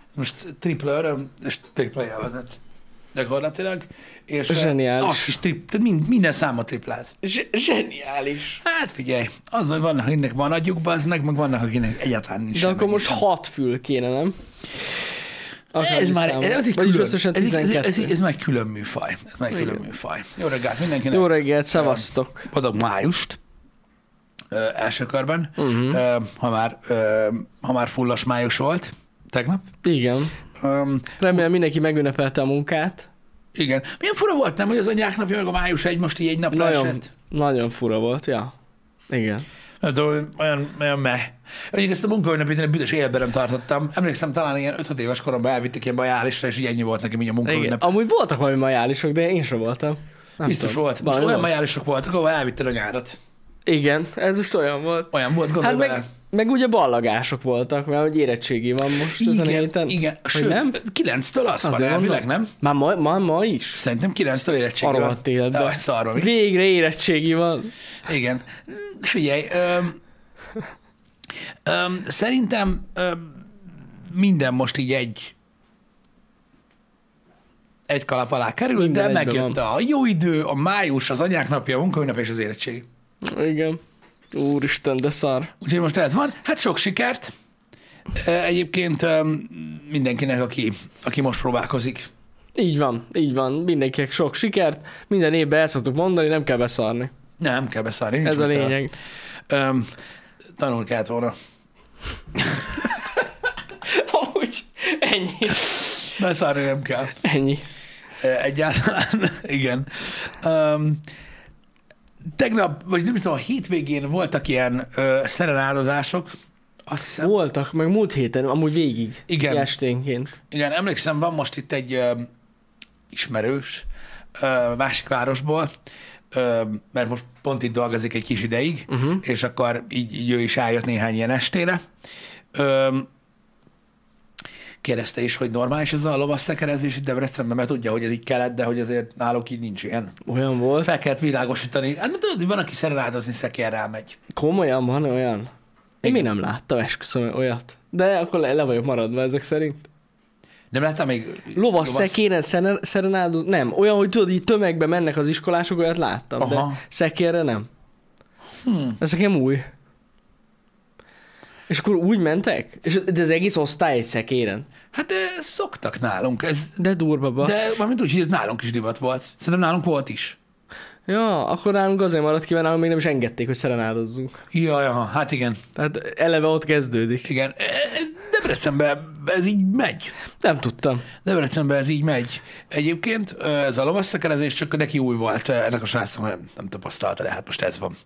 most tripla öröm, és tripla élvezet gyakorlatilag. És zseniális. azt is minden számot tripláz. Zseniális. Hát figyelj, az, hogy vannak, akinek van agyuk, az meg vannak, akinek egyáltalán nincs. De akkor most 6 fül kéne, nem? Ez már egy külön, ez már egy külön műfaj. Ez már egy külön műfaj. Jó reggelt mindenkinek. Jó reggelt, szevasztok. Boldog májust. Első körben, ha már fullas május volt tegnap. Igen. Remélem mindenki megünnepelte a munkát. Igen. Milyen fura volt, nem, hogy az anyák napja, meg a május most így egy napra esett? Nagyon fura volt, ja. Igen. Nem tudom, olyan meh. Egyébként ezt a munkaünnepét én büdös élben nem tartottam. Emlékszem, talán ilyen 5-6 éves koromban elvittek ilyen majálisra, és így ennyi volt nekem így a munkaünnep. Amúgy voltak valami majálisok, de én sem voltam. Nem biztos tudom. volt. Most olyan majálisok voltak, ahol elvitted a nyárat. Igen, ez most olyan volt. Olyan volt, gondolj hát meg ugye ballagások voltak, mert hogy érettségi van most ezen a héten. Igen, sőt, nem? 9-től az van elvileg, nem? Ma is? Szerintem 9-től érettségi van. Arrolt életben. Szarva. Végre érettségi van. Igen. Figyelj, szerintem minden most így egy kalap alá kerül, minden de megjött a jó idő, a május, az anyák napja, a munkaünnep és az érettségi. Igen. Úristen, de szar. Úgyhogy most ez van. Hát sok sikert. Egyébként mindenkinek, aki most próbálkozik. Így van. Mindenkinek sok sikert. Minden évben el szoktuk mondani, nem kell beszarni. Nem kell beszarni. Ez a lényeg. Tanulni kellett volna. Amúgy ennyi. Beszarni nem kell. Ennyi. Egyáltalán, igen. Tegnap, vagy nem tudom, a hétvégén voltak ilyen szereládozások, azt hiszem. Voltak, meg múlt héten, amúgy végig. Igen. Esténként. Igen, emlékszem, van most itt egy ismerős másik városból, mert most pont itt dolgozik egy kis ideig, és akkor így ő is eljött néhány ilyen estére. Kérdezte is, hogy normális ez a lovasszekerezés itt Debrecenben, mert tudja, hogy ez így kellett, de hogy azért náluk így nincs ilyen. Olyan volt? Fel kellett világosítani. Hát tudod, hogy van, aki szerenádozni szekérrel megy. Komolyan van olyan? Én még nem láttam, esküszöm olyat. De akkor le vagyok maradva ezek szerint. Nem láttam még... Lovasszekéren szerenádozni? Nem. Olyan, hogy tudod, így tömegbe mennek az iskolások, olyat láttam. Aha. De szekérre nem. Ez nekem új. És akkor úgy mentek? De az egész osztály egy szekéren? Hát szoktak nálunk. De durva bassz. De valamint úgy, hogy ez nálunk is divat volt. Szerintem nálunk volt is. Ja, akkor nálunk azért maradt ki, mert nálunk még nem is engedték, hogy szerenádozzunk. Ja, hát igen. Tehát eleve ott kezdődik. Igen. Debrecenben ez így megy. Nem tudtam. Debrecenben ez így megy. Egyébként ez a lovasszekerezés csak neki új volt. Ennek a srácnak nem tapasztalta, de hát most ez van.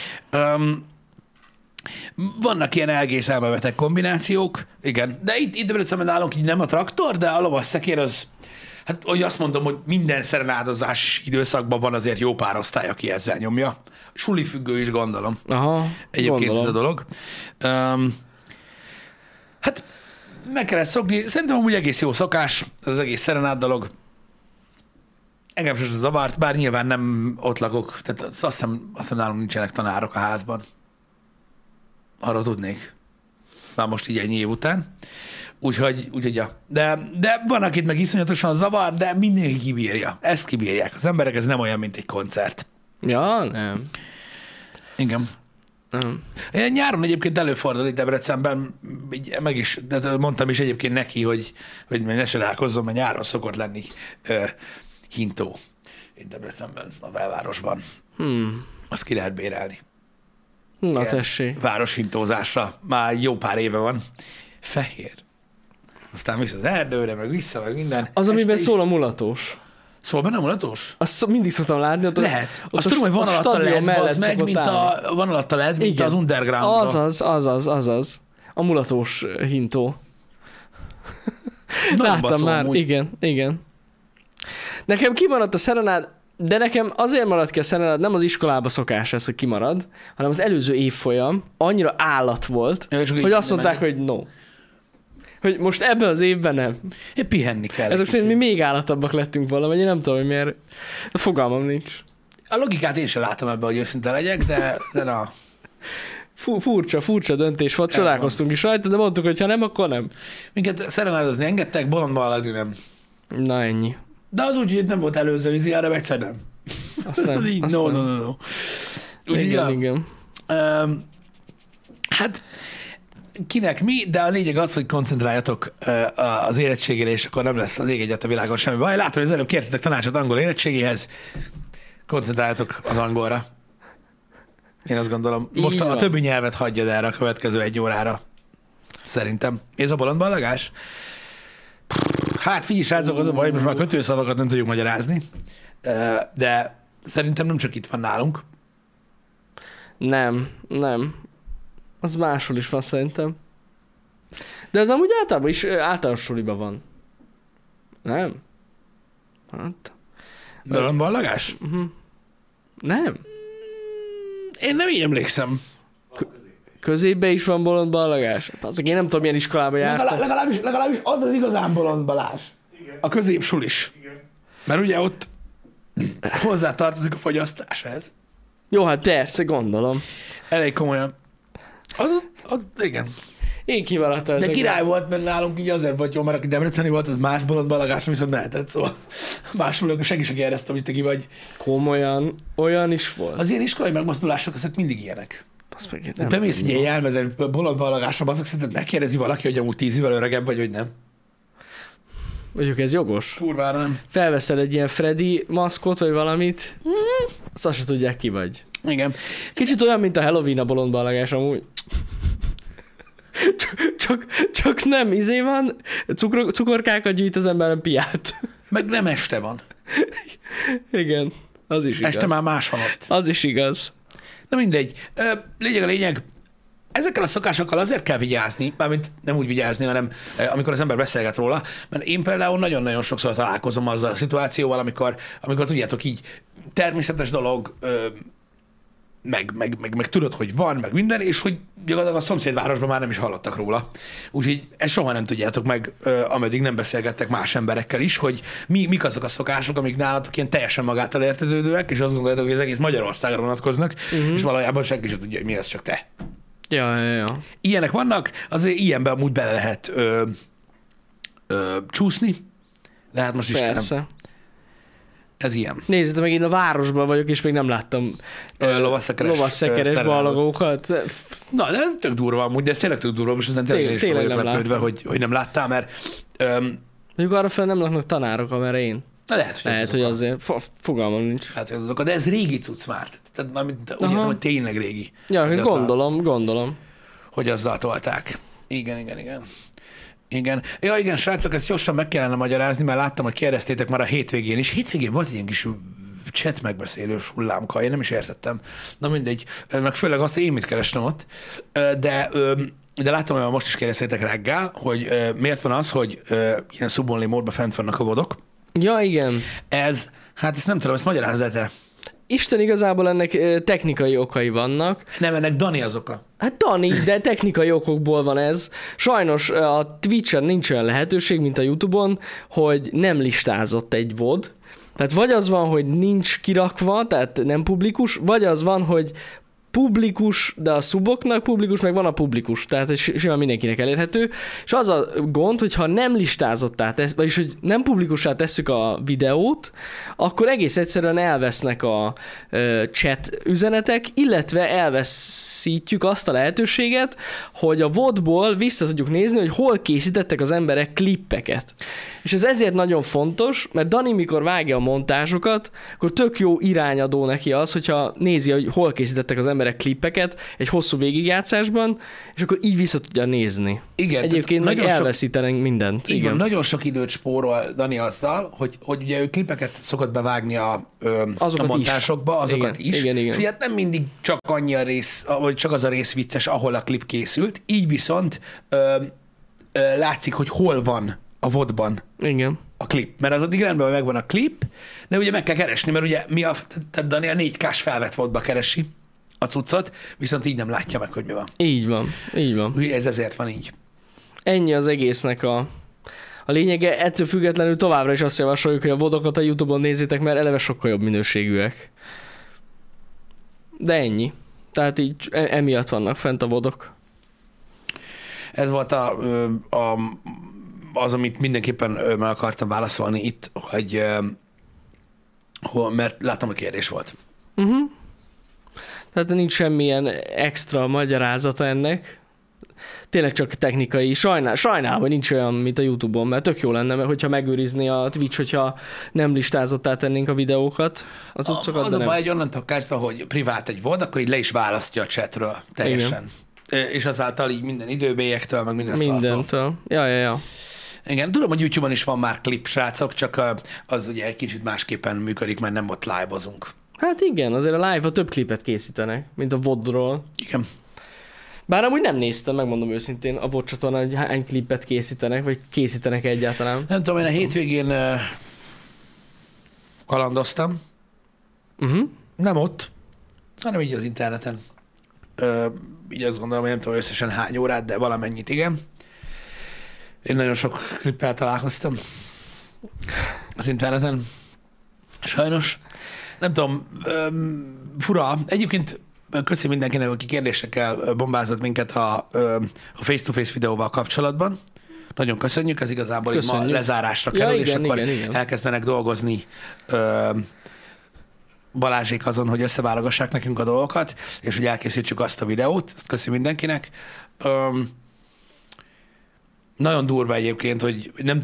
Vannak ilyen egész elmebeteg kombinációk, igen, de itt Debrecenben nálunk így nem a traktor, de a lovasszekér az, hát hogy azt mondom, hogy minden szerenádozás időszakban van azért jó pár osztály, aki ezzel nyomja. Suli függő is gondolom. Aha, egyébként gondolom. Ez a dolog. Hát meg kell ezt szokni. Szerintem amúgy egész jó szokás, ez az egész szerenád dolog. Engem sem zavart, bár nyilván nem ott lakok, tehát azt hiszem nálunk nincsenek tanárok a házban. Arra tudnék. Már most így ennyi év után. Úgyhogy ja. De van, akit meg iszonyatosan zavar, de mindenki kibírja. Ezt kibírják. Az emberek, ez nem olyan, mint egy koncert. Ja, nem. Igen. Nem. Én nyáron egyébként előfordul itt Debrecenben, meg is, de mondtam is egyébként neki, hogy ne csodálkozzon, mert nyáron szokott lenni hintó itt Debrecenben, a belvárosban. Azt ki lehet bérelni. Na tessék. Városhintózásra. Már jó pár éve van. Fehér. Aztán vissza az erdőre, meg vissza, meg minden. Az, amiben szól a mulatós. Szól benne a mulatós? Azt mindig szoktam látni. Ott lehet. Azt tudom, hogy van alatt a LED, az meg, van alatt a LED, mint az underground. Azaz. A mulatós hintó. Láttam már. Úgy. Igen. Nekem kimaradt a szerenád, de nekem azért maradt ki a szerenád, nem az iskolába szokás ez, hogy kimarad, hanem az előző évfolyam annyira állat volt, hogy azt mondták, hogy no. Hogy most ebben az évben nem. Pihenni kell. Ezek szerint mi még állatabbak lettünk valahogy, én nem tudom, hogy miért. De fogalmam nincs. A logikát én sem látom ebben, hogy őszinte legyek, de na. Furcsa döntés volt, csodálkoztunk is rajta, de mondtuk, hogy ha nem, akkor nem. Minket szerenádozni engedtek, bolondba alagni nem. Na ennyi. De az úgy, hogy nem volt előző vízi, arra egyszer nem. Azt nem. így, azt no. Igen, ja. igen. Hát kinek mi, de a lényeg az, hogy koncentráljatok az érettségére, és akkor nem lesz az ég egyet a világon semmi baj. Látom, hogy az előbb kértetek tanácsot angol érettségéhez, koncentráljatok az angolra. Én azt gondolom. Most a többi nyelvet hagyjad erre a következő 1 órára. Szerintem. Ez a bolondballagás? Hát figyelj, srácok, az a baj, most már kötőszavakat nem tudjuk magyarázni, de szerintem nem csak itt van nálunk. Nem. Az máshol is van szerintem. De az amúgy általában is általános suliban van. Nem? Hát... Bolondballagás? Nem. Én nem így emlékszem. Középben is van bolondballagás? Azok én nem tudom, milyen iskolába jártam. Legalábbis az az igazán bolondbalás. A középsulis. Igen. Mert ugye ott hozzá tartozik a fogyasztáshez. Jó, hát persze, gondolom. Elég komolyan. Az igen. Én kimaradtam De ezekben. király volt, mert nálunk így azért volt jó, mert aki debreceni volt, az más bolondbalagás, viszont mehetett, szóval máshol senki sem kérdezte, hogy te ki vagy. Komolyan, olyan is volt. Az ilyen iskolai megmozdulások, ezek mindig ilyenek. Azt meg Nem bemész egy ilyen jelmezes bolondballagásra, azok szerinted megkérdezi valaki, hogy amúgy 10 évvel öregebb vagy, hogy nem. Mondjuk ez jogos. Kurvára nem. Felveszel egy ilyen Freddy maszkot, vagy valamit, azt se tudják ki vagy. Igen. Kicsit olyan, mint a Halloween a bolondballagás amúgy. Csak nem izé van, cukorkákat gyűjt az ember, nem piát. Meg nem este van. Igen, az is igaz. Este már más van ott. Az is igaz. Na mindegy. Lényeg a lényeg. Ezekkel a szokásokkal azért kell vigyázni, mármint nem úgy vigyázni, hanem amikor az ember beszélget róla, mert én például nagyon-nagyon sokszor találkozom azzal a szituációval, amikor tudjátok így természetes dolog, meg tudod, hogy van, meg minden, és hogy gyakorlatilag a szomszédvárosban már nem is hallottak róla. Úgyhogy ezt soha nem tudjátok meg, ameddig nem beszélgettek más emberekkel is, hogy mik azok a szokások, amik nálatok ilyen teljesen magától értetődőek, és azt gondoljátok, hogy az egész Magyarországra vonatkoznak, és valójában senki sem tudja, hogy mi az, csak te. Ja. Ilyenek vannak, azért ilyenben amúgy bele lehet csúszni, de hát most Istenem, Persze. ez ilyen. Nézzétek meg, én a városban vagyok, és még nem láttam lovasszekeres ballagókat. Na, de ez tök durva amúgy, de ez tényleg tök durva, most ezen tényleg is Tényleg vagyok nem lepődve, hogy nem láttál, mert Mondjuk arra fel nem laknak tanárok, amerre én. na lehet, hogy azért. Fogalmam nincs. Hát, hogy azok, de ez régi cucc már. Tehát már úgy értem, hogy tényleg régi. Ja, hogy gondolom. Hogy azzal tolták. Igen. Ja, igen, srácok, ezt gyorsan meg kellene magyarázni, mert láttam, hogy kérdeztétek már a hétvégén is. Hétvégén volt egy ilyen kis chat megbeszélős hullámka, én nem is értettem. Na mindegy, meg főleg azt, én mit kerestem ott. De láttam, hogy most is kérdeztétek reggel, hogy miért van az, hogy ilyen subonly módban fent vannak a vodok. Ja, igen. Hát ezt nem tudom, ezt magyarázd el te. Isten igazából ennek technikai okai vannak. Nem, ennek Dani az oka. Hát Dani, de technikai okokból van ez. Sajnos a Twitch-en nincs olyan lehetőség, mint a YouTube-on, hogy nem listázott egy VOD. Tehát vagy az van, hogy nincs kirakva, tehát nem publikus, vagy az van, hogy publikus, de a suboknak publikus, meg van a publikus, tehát simán mindenkinek elérhető, és az a gond, hogyha nem listázottá tesz, vagyis hogy nem publikussá tesszük a videót, akkor egész egyszerűen elvesznek a chat üzenetek, illetve elveszítjük azt a lehetőséget, hogy a VOD-ból vissza tudjuk nézni, hogy hol készítettek az emberek klippeket. És ez ezért nagyon fontos, mert Dani, mikor vágja a montázsokat, akkor tök jó irányadó neki az, hogyha nézi, hogy hol készítettek az emberek klippeket egy hosszú végigjátszásban, és akkor így vissza tudja nézni. Igen. Egyébként meg elveszítenek mindent. Igen, nagyon sok időt spórol Dani azzal, hogy ugye ő klippeket szokott bevágni a montásokba, azokat is. Igen. És ugye hát nem mindig csak annyi a rész, vagy csak az a rész vicces, ahol a klip készült. Így viszont látszik, hogy hol van a VOD-ban Igen. a klip. Mert az addig rendben megvan a klip, de ugye meg kell keresni, mert ugye tehát Dani a 4K-s felvett VOD-ba keresi a cuccot, viszont így nem látja meg, hogy mi van. Így van. Ugye ez ezért van így. Ennyi az egésznek a lényege. Ettől függetlenül továbbra is azt javasoljuk, hogy a VOD-okat a YouTube-on nézzétek, mert eleve sokkal jobb minőségűek. De ennyi. Tehát így emiatt vannak fent a vodok. Ez volt az, amit mindenképpen meg akartam válaszolni itt, hogy mert láttam, hogy kérdés volt. Uh-huh. Tehát nincs semmilyen extra magyarázata ennek. Tényleg csak technikai. Sajnálom, hogy nincs olyan, mint a YouTube-on, mert tök jó lenne, hogyha megőrizné a Twitch, hogyha nem listázottá tennénk a videókat, az utcokat, az a baj, hogy onnantól kezdve, hogy privát egy volt, akkor így le is választja a chatről teljesen. Igen. És azáltal így minden időbélyektől, meg minden szartól. Mindentől. Ja. Igen, tudom, hogy YouTube-on is van már klip, srácok, csak az ugye egy kicsit másképpen működik, mert nem ott live-ozunk. Hát igen, azért a live-a több klipet készítenek, mint a VOD-ról. Igen. Bár amúgy nem néztem, megmondom őszintén, a VOD csatornán, hogy hány klipet készítenek, vagy készítenek egyáltalán. Nem tudom, én a hétvégén kalandoztam. Uh-huh. Nem ott, hanem így az interneten. Így azt gondolom, hogy nem tudom összesen hány órát, de valamennyit, igen. Én nagyon sok klippel találkoztam az interneten. Sajnos. Nem tudom, fura. Egyébként köszönöm mindenkinek, aki kérdésekkel bombázott minket a face-to-face videóval kapcsolatban. Nagyon köszönjük, ez igazából így ma lezárásra kerül, igen, és akkor igen. Elkezdenek dolgozni Balázsék azon, hogy összeválogassák nekünk a dolgokat, és hogy elkészítsük azt a videót. Ezt köszönöm mindenkinek. Nagyon durva egyébként, hogy nem...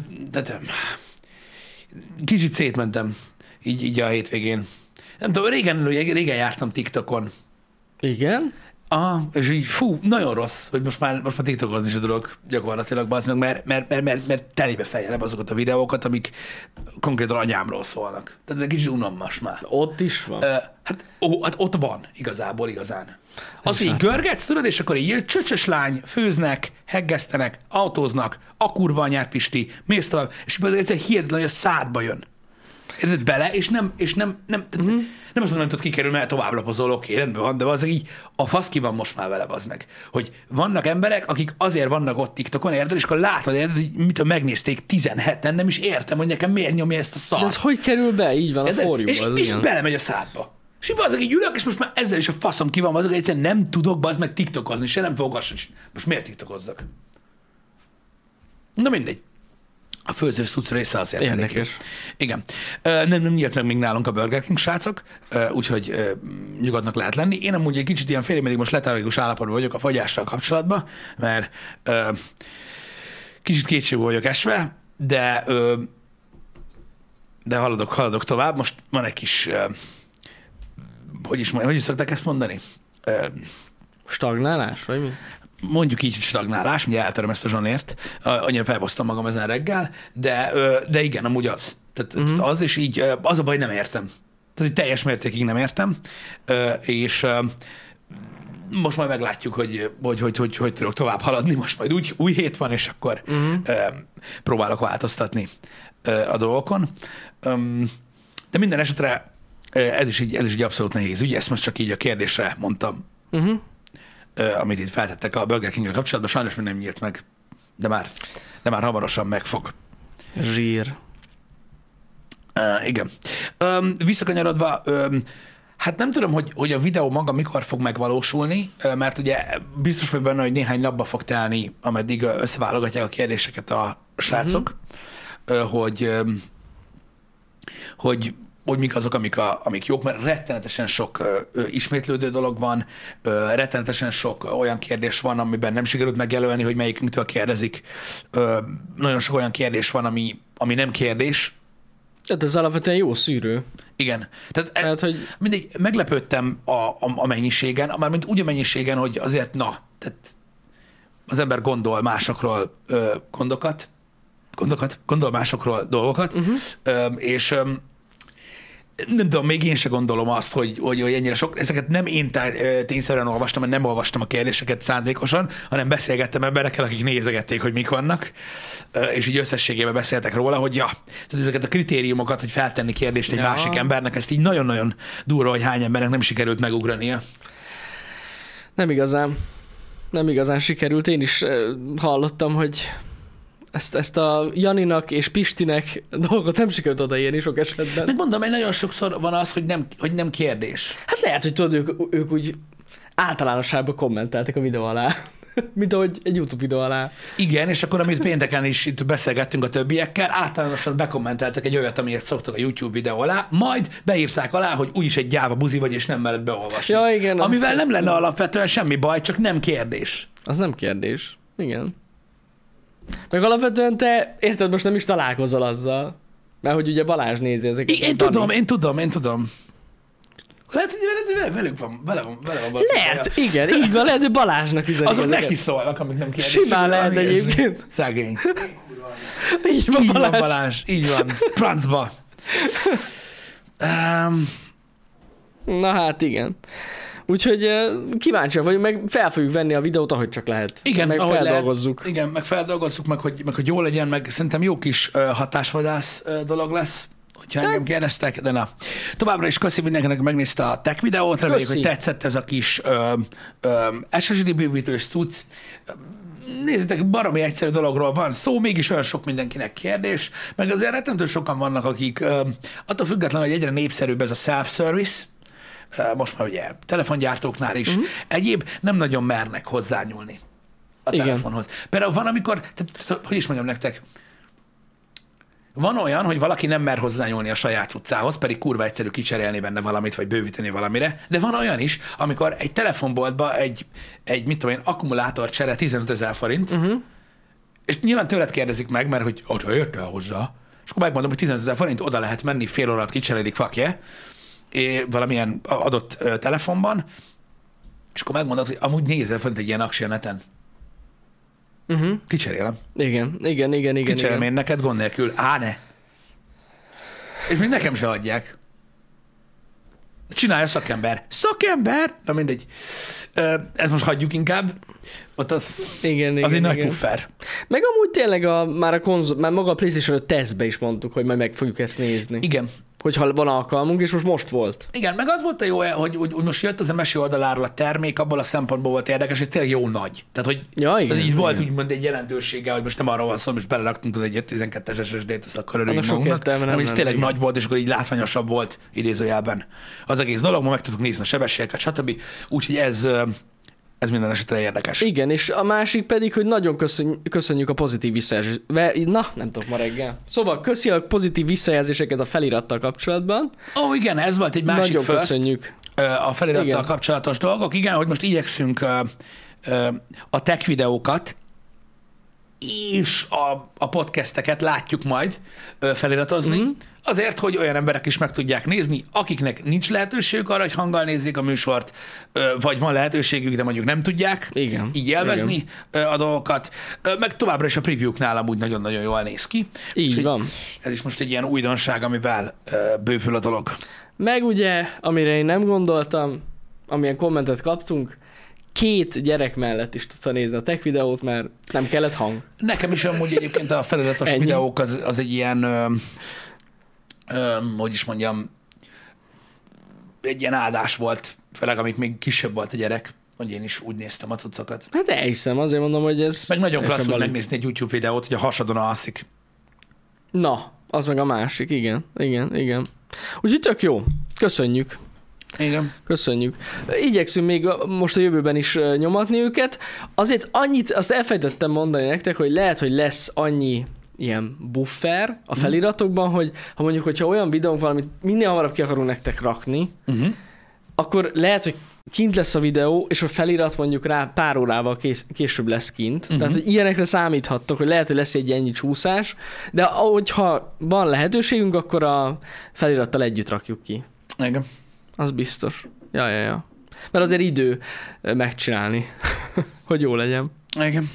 Kicsit szétmentem így a hétvégén. Nem tudom, régen jártam TikTokon. Igen? Aha, és így nagyon rossz, hogy most már TikTokozni is tudok gyakorlatilag, bazd meg, mert telébe fejelem azokat a videókat, amik konkrétan anyámról szólnak. Tehát ez egy kicsit unalmas már. Ott is van? Hát ott van igazából igazán. Az, hogy így görgetsz, tudod, és akkor így csöcsös lány, főznek, heggesztenek, autóznak, a kurva anyát Pisti, mész tovább, és ez egyszer hihetetlen, hogy a szádba jön. Érted bele, és nem azt mondom, nem tudod kikerülni, mert tovább lapozol, oké, rendben van, de az így a fasz ki van most már vele, az meg. Hogy vannak emberek, akik azért vannak ott TikTokon, érted, és akkor látod, érted, hogy mit megnézték 17-en, nem is értem, hogy nekem miért nyomja ezt a szart. De ez hogy kerül be? Így van, érted? A forjúba. És belemegy a szádba. És így így ülök, és most már ezzel is a faszom ki van, azok, hogy egyszerűen nem tudok bazd meg TikTokozni, se nem fogok azt. Most miért TikTokozzak? Na mindegy. A főzős cucc része azért. Érdekes. Igen. Nem nyílt meg még nálunk a Burger King, srácok, úgyhogy nyugodtnak lehet lenni. Én amúgy egy kicsit ilyen félig most letargikus állapotban vagyok a fagyással kapcsolatban, mert kicsit kétségbe vagyok esve, de haladok tovább. Most van egy kis, hogy is szokták ezt mondani? Stagnálás, vagy mi? Mondjuk így stagnálás, ugye eltöröm ezt a zsonért, annyira felbasztam magam ezen reggel, de igen, amúgy az. Tehát az, és így az a baj, nem értem. Tehát, hogy teljes mértékig nem értem, és most majd meglátjuk, hogy tudok tovább haladni, most majd új hét van, és akkor próbálok változtatni a dolgokon. De minden esetre ez is így abszolút nehéz ügy, ezt most csak így a kérdésre mondtam. Amit itt feltettek a Burger King-gel kapcsolatban, sajnos még nem nyílt meg, de már hamarosan meg fog. Zsír. Igen. Visszakanyarodva, hát nem tudom, hogy a videó maga mikor fog megvalósulni, mert ugye biztos vagy benne, hogy néhány napba fog telni, ameddig összeválogatják a kérdéseket a srácok, hogy mik azok, amik jók, mert rettenetesen sok ismétlődő dolog van, rettenetesen sok olyan kérdés van, amiben nem sikerült megjelölni, hogy melyikünktől kérdezik. Nagyon sok olyan kérdés van, ami nem kérdés. Tehát ez alapvetően jó szűrő. Igen. Tehát hogy... mindig meglepődtem a mennyiségen, mármint úgy a mennyiségen, hogy azért tehát az ember gondol másokról gondol másokról dolgokat, és nem tudom, még én se gondolom azt, hogy ennyire sok. Ezeket nem én tényszerűen olvastam, mert nem olvastam a kérdéseket szándékosan, hanem beszélgettem emberekkel, akik nézegették, hogy mik vannak, és így összességében beszéltek róla, hogy tehát ezeket a kritériumokat, hogy feltenni kérdést egy másik embernek, ezt így nagyon-nagyon durva, hogy hány embernek nem sikerült megugrania. Nem igazán sikerült. Én is hallottam, hogy ezt a Janinak és Pistinek dolgot nem sikerült odaírni sok esetben. Meg mondom, hogy nagyon sokszor van az, hogy nem kérdés. Hát lehet, hogy tudod, ők úgy általánosságban kommenteltek a videó alá. Mint ahogy egy YouTube videó alá. Igen, és akkor amit pénteken is itt beszélgettünk a többiekkel, általánosan bekommenteltek egy olyat, amiért szoktak a YouTube videó alá, majd beírták alá, hogy úgyis egy gyáva buzi vagy, és nem mered beolvasni. Ja, igen. Amivel nem lenne alapvetően semmi baj, csak nem kérdés. Az nem kérdés. Igen. Meg alapvetően te, érted, most nem is találkozol azzal. Mert hogy ugye Balázs nézi ezeket. Én tudom. Lehet, hogy vele van valami. Lehet, igen, így van, lehet, hogy Balázsnak üzenik. Azok neki szólnak, amik nem kérdés. Simán lehet egyébként. Szegény. Így van, Így Balázs. van, Balázs. Így van. Francba. Na hát igen. Úgyhogy kíváncsiak vagyunk, meg fel fogjuk venni a videót, ahogy csak lehet. Igen, meg ahogy feldolgozzuk. Lehet. Igen, meg feldolgozzuk, meg hogy jó legyen, meg szerintem jó kis hatásvadász dolog lesz, hogyha engem kérdeztek, de na. Továbbra is köszi mindenkinek, megnézte a tech videót, reméljük, hogy tetszett ez a kis SSD bővítős cucc. Nézzétek, baromi egyszerű dologról van szó, mégis olyan sok mindenkinek kérdés, meg azért rettentő sokan vannak, akik attól függetlenül, hogy egyre népszerűbb ez a self-service, most már ugye telefongyártóknál is, egyéb nem nagyon mernek hozzányúlni a telefonhoz. Például van, amikor, hogy is mondjam nektek, van olyan, hogy valaki nem mer hozzányúlni a saját utcához, pedig kurva egyszerű kicserélni benne valamit, vagy bővíteni valamire, de van olyan is, amikor egy telefonboltba egy mit tudom én, akkumulátor csere 15 000 forint, és nyilván tőled kérdezik meg, mert hogy ha jöttél hozzá, és akkor megmondom, hogy 15 000 forint, oda lehet menni, fél órát kicserélik, fuck yeah, valamilyen adott telefonban, és akkor megmondod, hogy amúgy 4000 forint egy ilyen aksi a neten. Kicserélem. Igen. Kicserélem én neked gond nélkül. Ne. És még nekem se adják. Csinálja szakember. Szakember? Na mindegy. Ezt most hagyjuk inkább. Ott az egy nagy puffer. Meg amúgy tényleg már maga a PlayStation 5 tesztbe is mondtuk, hogy majd meg fogjuk ezt nézni. Igen. Hogyha van alkalmunk, és most volt. Igen, meg az volt a jó, hogy most jött az MSI oldaláról a termék, abból a szempontból volt érdekes, és tényleg jó nagy. Tehát, hogy igen, így volt úgymond egy jelentősége, hogy most nem arról van szó, most beleraktunk egy 12-es SSD-t, azt akkor örüljünk magunknak, hanem ez tényleg nagy volt, és akkor így látványosabb volt idézőjelben az egész dolog, ma meg tudtuk nézni a sebességeket, stb. Úgyhogy ez minden esetre érdekes. Igen, és a másik pedig, hogy nagyon köszönjük a pozitív visszajelzést. Na, nem tudok ma reggel. Szóval köszi a pozitív visszajelzéseket a felirattal kapcsolatban. Igen, ez volt egy másik nagyon köszönjük. A felirattal kapcsolatos dolgok. Igen, hogy most igyekszünk a tech videókat és a podcasteket látjuk majd feliratozni, azért, hogy olyan emberek is meg tudják nézni, akiknek nincs lehetőségük arra, hogy hanggal nézzék a műsort, vagy van lehetőségük, de mondjuk nem tudják így élvezni a dolgokat, meg továbbra is a preview-knál amúgy nagyon-nagyon jól néz ki. Így van. Ez is most egy ilyen újdonság, amivel bővül a dolog. Meg ugye, amire én nem gondoltam, amilyen kommentet kaptunk, 2 gyerek mellett is tudsz nézni a tech videót, mert nem kellett hang. Nekem is amúgy egyébként a feliratos videók az egy ilyen, hogy is mondjam, egy ilyen áldás volt, főleg amíg még kisebb volt a gyerek, hogy én is úgy néztem a cuccokat. Hát elhiszem, azért mondom, hogy ez... Meg nagyon klasszul megnézni egy YouTube videót, hogy a hasadon alszik. Na, az meg a másik, igen. Úgyhogy tök jó. Köszönjük. Igen. Köszönjük. Igyekszünk még most a jövőben is nyomatni őket. Azért annyit, azt elfejtettem mondani nektek, hogy lehet, hogy lesz annyi ilyen buffer a feliratokban, hogy ha mondjuk, hogyha olyan videónk van, amit minél hamarabb ki akarunk nektek rakni, akkor lehet, hogy kint lesz a videó, és a felirat mondjuk rá pár órával később lesz kint. Tehát, hogy ilyenekre számíthattok, hogy lehet, hogy lesz egy ennyi csúszás, de hogyha van lehetőségünk, akkor a felirattal együtt rakjuk ki. Igen. Az biztos. Ja. Mert azért idő megcsinálni, hogy jó legyen. Igen.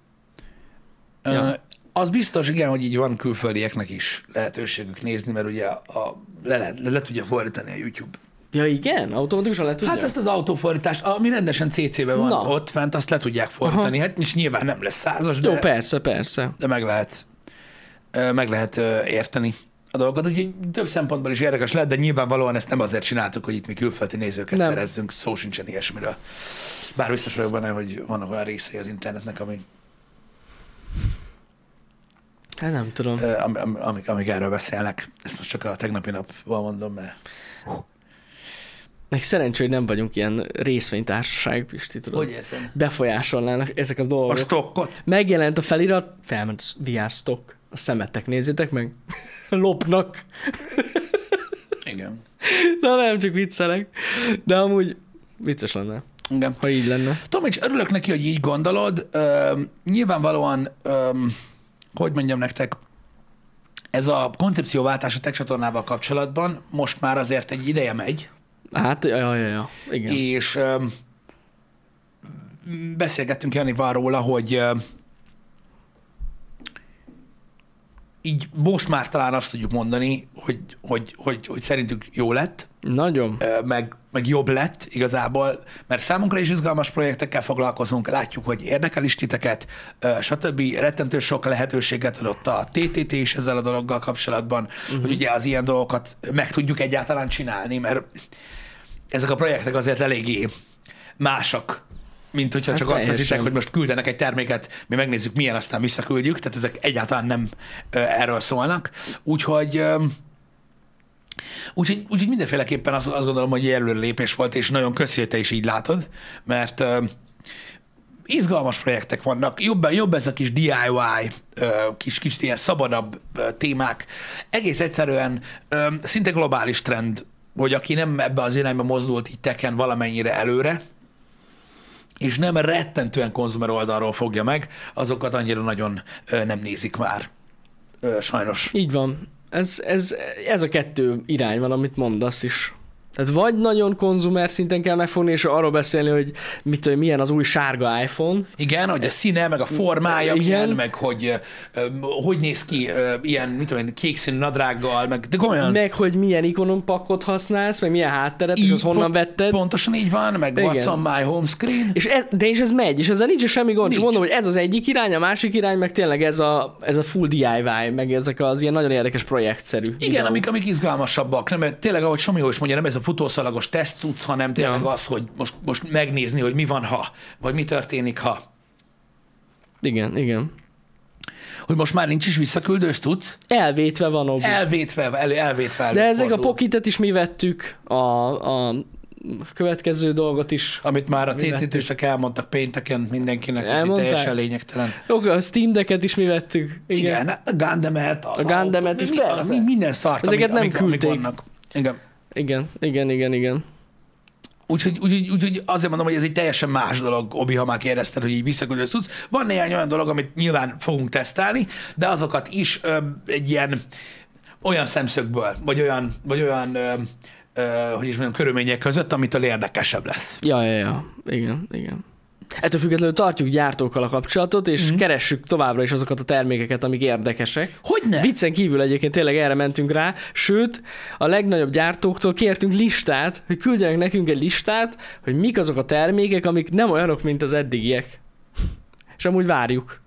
Az biztos, igen, hogy így van külföldieknek is lehetőségük nézni, mert ugye le tudja fordítani a YouTube. Ja igen? Automatikusan le tudja? Hát ezt az autófordítást, ami rendesen CC-ben van ott fent, azt le tudják fordítani. Hát és nyilván nem lesz 100-as, de... Jó, persze. De meg lehet érteni a dolgokat, úgyhogy több szempontból is érdekes lehet, de nyilvánvalóan ezt nem azért csináltuk, hogy itt mi külföldi nézőket szerezzünk, szó sincsen ilyesmiről. Bár biztos vagyok benne, hogy vannak olyan részei az internetnek, hát nem tudom. Amik erről beszélnek. Ezt most csak a tegnapi napval mondom, mert Nek szerencsé, hogy nem vagyunk ilyen részvénytársaság, Pisti, tudod. Hogy értem? Befolyásolnának ezek a dolgok. A stockot? Megjelent a felirat, felment VR stock. A szemetek, nézzétek meg. Lopnak. Igen. Na nem, csak viccelek. De amúgy vicces lenne, Igen. ha így lenne. Tomics, örülök neki, hogy így gondolod. Nyilvánvalóan, hogy mondjam nektek, ez a koncepcióváltás a tech csatornával kapcsolatban most már azért egy ideje megy. Hát, ja. Igen. És beszélgettünk Janival róla, hogy így most már talán azt tudjuk mondani, hogy szerintük jó lett, Nagyon. meg jobb lett igazából, mert számunkra is izgalmas projektekkel foglalkozunk, látjuk, hogy érdekel is titeket, stb. Rettentő sok lehetőséget adott a TTT is ezzel a dologgal kapcsolatban, hogy ugye az ilyen dolgokat meg tudjuk egyáltalán csinálni, mert ezek a projektek azért eléggé másak, mint hogyha csak azt hiszitek, hogy most küldenek egy terméket, mi megnézzük milyen, aztán visszaküldjük, tehát ezek egyáltalán nem erről szólnak. Úgyhogy mindenféleképpen azt gondolom, hogy egy előrelépés volt, és nagyon köszi, hogy te is így látod, mert izgalmas projektek vannak, jobb ez a kis DIY, kis ilyen szabadabb témák. Egész egyszerűen szinte globális trend, hogy aki nem ebbe az irányba mozdult így teken valamennyire előre, és nem rettentően konzumer oldalról fogja meg, azokat annyira nagyon nem nézik már. Sajnos. Így van. Ez a kettő irány van, amit mondasz is. Tehát vagy nagyon konzumer szinten kell megfogni, és arról beszélni, hogy milyen az új sárga iPhone. Igen, hogy a színe, meg a formája milyen, meg hogy néz ki ilyen, kékszínű nadrággal, de komolyan. Meg, hogy milyen ikonompakot használsz, meg milyen hátteret, és az honnan vetted. Pontosan így van, meg igen. What's on my home screen. És ez megy, és ezzel nincs semmi gond, csak mondom, hogy ez az egyik irány, a másik irány, meg tényleg ez a full DIY, meg ezek az ilyen nagyon érdekes projektszerű. Igen, amik izgalmasabbak, nem, tényleg, ahogy Somi is mondja, nem ez a futószalagos tesztcucc, hanem tényleg az, hogy most megnézni, hogy mi van, ha, vagy mi történik, ha. Igen. Hogy most már nincs is visszaküldős cucc? Elvétve van, Obi. Elvétve. De ezek a Pocketet is mi vettük, a következő dolgot is. Amit már a TTT-sek elmondtak pénteken mindenkinek, hogy teljesen lényegtelen. A Steam Decket is mi vettük. Igen, a Gundamet. A Gundamet is, persze. Minden szart, ezeket nem küldték. Vannak. Igen. Úgyhogy azért mondom, hogy ez egy teljesen más dolog, Obi, ha már kérdezted, hogy így visszaküldős tudsz. Van néhány olyan dolog, amit nyilván fogunk tesztelni, de azokat is egy ilyen olyan szemszögből, vagy olyan hogy is mondjam, körülmények között, amitől érdekesebb lesz. Ja. Igen. Ettől függetlenül tartjuk gyártókkal a kapcsolatot, és keressük továbbra is azokat a termékeket, amik érdekesek. Hogyne? Viccen kívül egyébként tényleg erre mentünk rá, sőt, a legnagyobb gyártóktól kértünk listát, hogy küldjenek nekünk egy listát, hogy mik azok a termékek, amik nem olyanok, mint az eddigiek. És amúgy várjuk.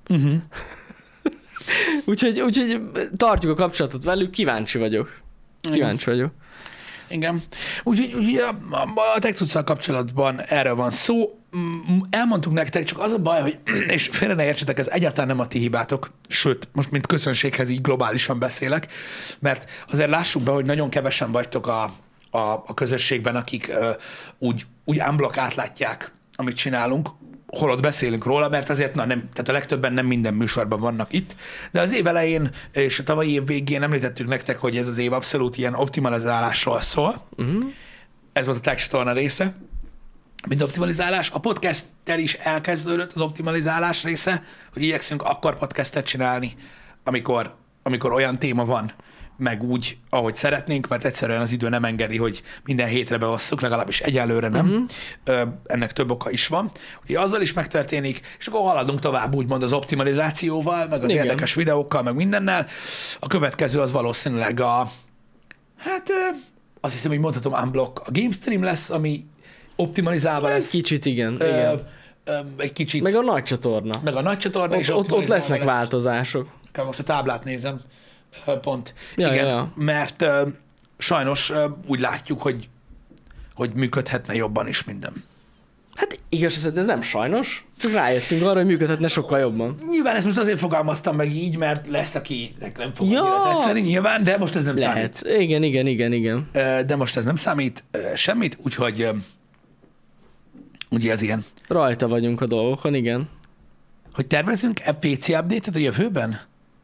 Úgyhogy tartjuk a kapcsolatot velük, kíváncsi vagyok. Igen. Úgyhogy a TechCuccal kapcsolatban erről van szó. Elmondtuk nektek, csak az a baj, hogy, és félre ne értsetek, ez egyáltalán nem a ti hibátok, sőt, most mint közönséghez így globálisan beszélek, mert azért lássuk be, hogy nagyon kevesen vagytok a közösségben, akik úgy unblock átlátják, amit csinálunk, holott beszélünk róla, mert azért tehát a legtöbben nem minden műsorban vannak itt, de az év elején és a tavalyi év végén említettük nektek, hogy ez az év abszolút ilyen optimalizálásról szól. Ez volt a Tech csatorna része, mint optimalizálás. A podcasttel is elkezdődött az optimalizálás része, hogy igyekszünk akkor podcastet csinálni, amikor olyan téma van, meg úgy, ahogy szeretnénk, mert egyszerűen az idő nem engedi, hogy minden hétre beosszuk, legalábbis egyelőre nem. Ennek több oka is van. Ugye azzal is megtörténik, és akkor haladunk tovább úgymond az optimalizációval, meg az érdekes videókkal, meg mindennel. A következő az valószínűleg azt hiszem, hogy mondhatom unblock. A GameStream lesz, ami optimalizálva lesz. Kicsit, igen. Egy kicsit. Meg a nagy csatorna. És ott lesznek változások. Most a táblát nézem. Pont. Ja. Mert sajnos úgy látjuk, hogy működhetne jobban is minden. Hát igaz, ez nem sajnos, csak rájöttünk arra, hogy működhetne sokkal jobban. Nyilván ezt most azért fogalmaztam meg így, mert lesz, akinek nem fog annyira tetszeni nyilván, de most ez nem Lehet. számít. Igen. De most ez nem számít semmit, úgyhogy ugye ez ilyen. Rajta vagyunk a dolgokon, igen. Hogy tervezünk PC update-et a jövőben?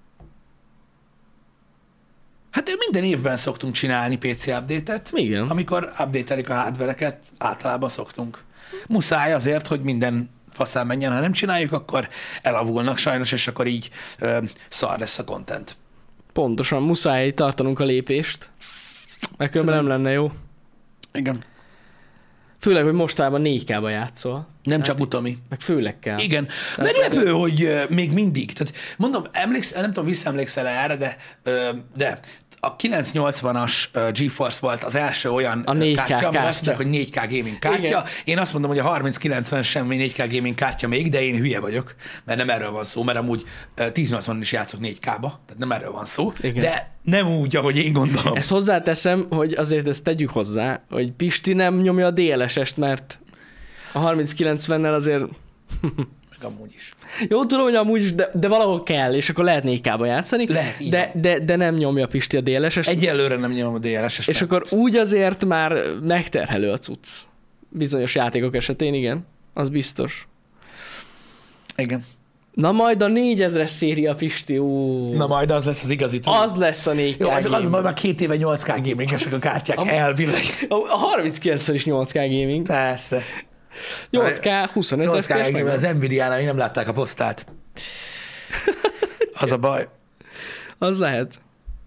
Hát minden évben szoktunk csinálni PC update-et. Igen. Amikor update-elik a hardvereket, általában szoktunk. Muszáj azért, hogy minden faszán menjen, ha nem csináljuk, akkor elavulnak sajnos, és akkor így szar lesz a content. Pontosan, muszáj tartanunk a lépést, mert különben nem lenne jó. Igen. Főleg, hogy mostában 4K-ba játszol. Nem csak utami. Meg főleg kell. Igen. Meglepő, hogy még mindig. Tehát mondom, nem tudom, visszaemlékszel erre, de a 980-as GeForce volt az első olyan A 4K kártya, amire azt kártya. mondják, hogy 4K gaming kártya. Igen. Én azt mondom, hogy a 3090 semmi 4K gaming kártya még, de én hülye vagyok, mert nem erről van szó, mert amúgy 1080-on is játszok 4K-ba, tehát nem erről van szó, Igen. de nem úgy, ahogy én gondolom. Ezt hozzáteszem, hogy azért ezt tegyük hozzá, hogy Pisti nem nyomja a DLS-est, mert a 3090-nel azért... Meg amúgy is. Jó, tudom, hogy amúgy is, de valahol kell, és akkor lehet 4K-ba játszani. Lehet, így de nem nyomja Pisti a DLS-est. Egyelőre nem nyomom a DLS-est. És akkor úgy azért már megterhelő a cucc. Bizonyos játékok esetén, igen. Az biztos. Igen. Na majd a 4000-es széria, Pisti, Na majd az lesz az igazi. Az lesz a 4K. Jó, csak az már 2 éve 8K gamingesek a kártyák, elvileg. A 3090 is 8K gaming. Persze. 8K, 25 8K FPS gaming, meg. az Nvidia-nál még nem látták a posztát. Az a baj. Az lehet.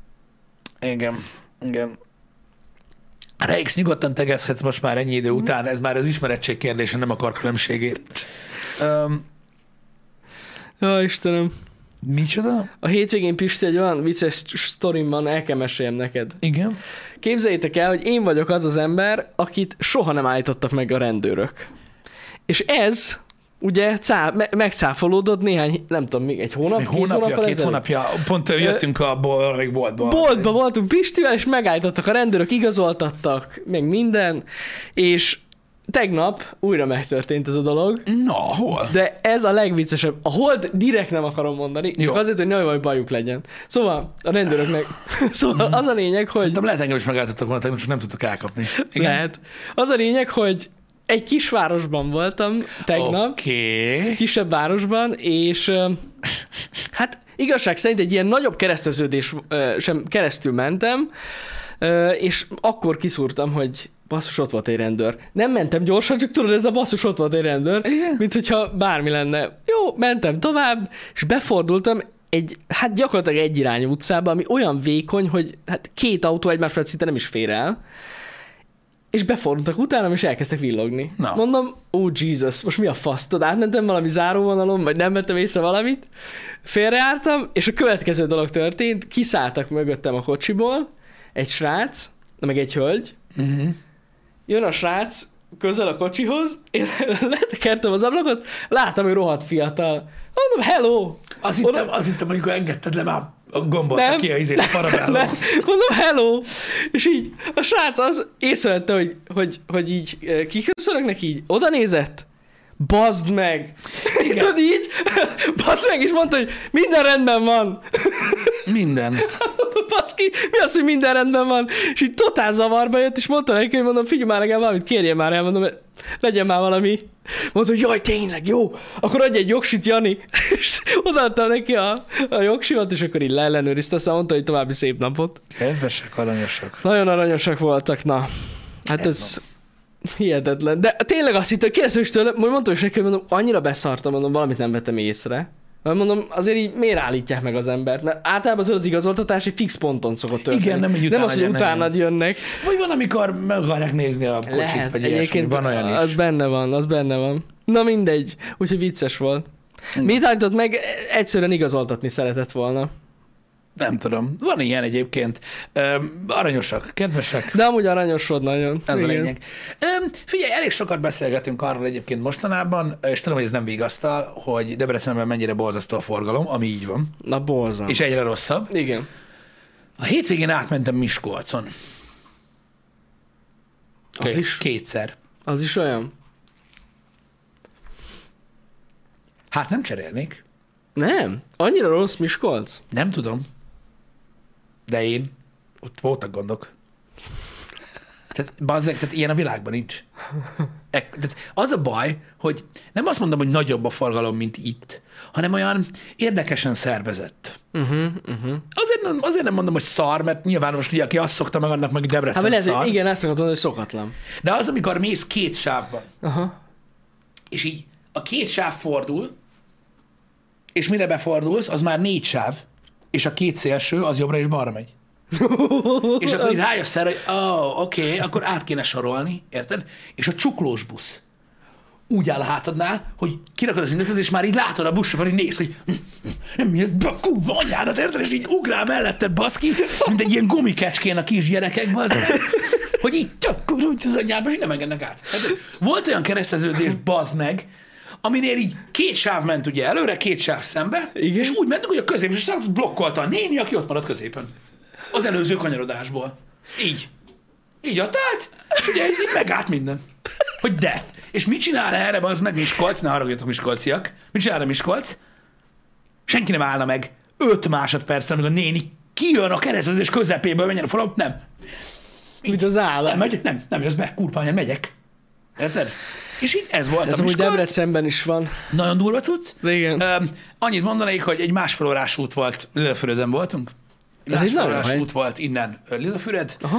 Igen. Rex, nyugodtan tegezhetsz most már ennyi idő után, ez már az ismerettség kérdése, nem akar különbségét. Ja, Istenem. Micsoda? A hétvégén, Pisti, egy olyan vicces sztorim van, el kell meséljem neked. Igen. Képzeljétek el, hogy én vagyok az az ember, akit soha nem állítottak meg a rendőrök. És ez ugye megcáfolódott néhány, nem tudom, még egy hónap, két hónapja. Pont jöttünk a valamelyik boltba. Boltba voltunk Pistivel, és megállítottak a rendőrök, igazoltattak, meg minden, és tegnap újra megtörtént ez a dolog. Na, hol? De ez a legviccesebb. A hold direkt nem akarom mondani, csak Jó. azért, hogy nehogy bajuk legyen. Szóval a rendőröknek... Szóval az a lényeg, hogy... Szerintem lehet engem is megállítottak volna, tegnap csak nem tudtuk elkapni. Igen? Lehet. Az a lényeg, hogy egy kisvárosban voltam tegnap. Oké. Kisebb városban, és hát igazság szerint egy ilyen nagyobb kereszteződés sem keresztül mentem, és akkor kiszúrtam, hogy basszus, ott volt egy rendőr. Nem mentem gyorsan, csak tudod, ez a basszus, ott volt egy rendőr, mint hogyha bármi lenne. Jó, mentem tovább, és befordultam hát gyakorlatilag egyirányú utcába, ami olyan vékony, hogy hát 2 autó egymás mellett szinte nem is fér el, és befordultak utánam, és elkezdtek villogni. Na. Mondom, Jesus, most mi a fasz? Tudod, átmentem valami záróvonalon, vagy nem vettem észre valamit, félreálltam, és a következő dolog történt, kiszálltak mögöttem a kocsiból egy srác, meg egy hölgy, jön a srác közel a kocsihoz, én letekertem az ablakot, láttam, hogy rohadt fiatal. Mondom, hello! Azt hittem, amikor engedted le már a gombot, ki a parabellum. Nem. Mondom, hello! És így a srác az észrevette, hogy így kiköszönök neki, így oda nézett, bazd meg! Tudod így, bazd meg, és mondta, hogy minden rendben van. Minden. Baszki, mi az, hogy minden rendben van? És így totál zavarba jött, és mondta neki, hogy mondom, figyelj már nekem valamit, kérjél már el, mondom, legyen már valami. Mondta, hogy jaj, tényleg, jó, akkor adj egy jogsit, Jani. És odaadtam neki a jogsimat, és akkor így leellenőrizte, aztán mondta, hogy további szép napot. Kedvesek, aranyosak. Nagyon aranyosak voltak, na. Hát ez hihetetlen. De tényleg azt hittem, kérdeztem is tőle, majd mondtam is neki, hogy mondom, annyira beszartam, mondom, valamit nem vettem észre. Mert mondom, azért így miért állítják meg az embert? Mert általában az igazoltatás egy fix ponton szokott történni. Igen, nem, nem az, hogy utánad jönnek. Vagy van, amikor meg akarják nézni a kocsit, Lehet, vagy ilyesmi. Van olyan is. Az benne van. Na mindegy, úgyhogy vicces volt. Mit állított meg? Egyszerűen igazoltatni szeretett volna. Nem tudom. Van ilyen egyébként. Aranyosak, kedvesek. De amúgy aranyos volt nagyon. Ez Igen. a lényeg. Figyelj, elég sokat beszélgetünk arról egyébként mostanában, és tudom, hogy ez nem vigasztal, hogy Debrecenben mennyire borzasztó a forgalom, ami így van. Na borzam. És egyre rosszabb. Igen. A hétvégén átmentem Miskolcon. Az is? Kétszer. Az is olyan? Hát nem cserélnék. Nem? Annyira rossz Miskolc? Nem tudom. De én. Ott voltak gondok. Tehát, bazzeg, tehát ilyen a világban nincs. Tehát az a baj, hogy nem azt mondom, hogy nagyobb a forgalom, mint itt, hanem olyan érdekesen szervezett. Azért nem mondom, hogy szar, mert nyilván most ugye, aki azt szokta meg, annak meg Debrecen Hát szar. igen, ezt szokott mondani, hogy szokatlan. De az, amikor mész két sávban, Aha. és így a két sáv fordul, és mire befordulsz, az már 4 sáv, és a két szélső az jobbra és balra megy. És akkor így rájössz erre, hogy oké, akkor át kéne sorolni, érted? És a csuklós busz úgy áll a hátadnál, hogy kirakod az indexet, és már így látod a buszsofőr, hogy néz, hogy nem mi ez, kurva anyádat, érted? És így ugrál mellette, baszki, mint egy ilyen gumikecskén a kisgyerekekben, hogy így csak az anyádba, és így nem engednek át. Hát, volt olyan kereszteződés, bazd meg, aminél így 2 sáv ment ugye előre, 2 sáv szembe, igen. És úgy mentünk, hogy a közép, és blokkolta a néni, aki ott maradt középen. Az előző kanyarodásból. Így. Így ott állt, és ugye így megállt minden. Hogy death. És mit csinál erre, az meg Miskolc? Ne haragudjatok, miskolciak. Mit csinál a Miskolc? Senki nem állna meg 5 másodpercre, amíg a néni kijön a kereszteződés közepéből, menjen a falon. Nem. Mint az állam. Nem jössz be, kurva anyám, megyek. Érted? És így ez volt ez a Miskolc. Debrecenben is van. Nagyon durva cucc. Igen. Annyit mondanék, hogy egy 1,5 órás út volt, Lillefüreden voltunk. Ez egy nagyon órás hely. út volt innen Lillefüred. Aha.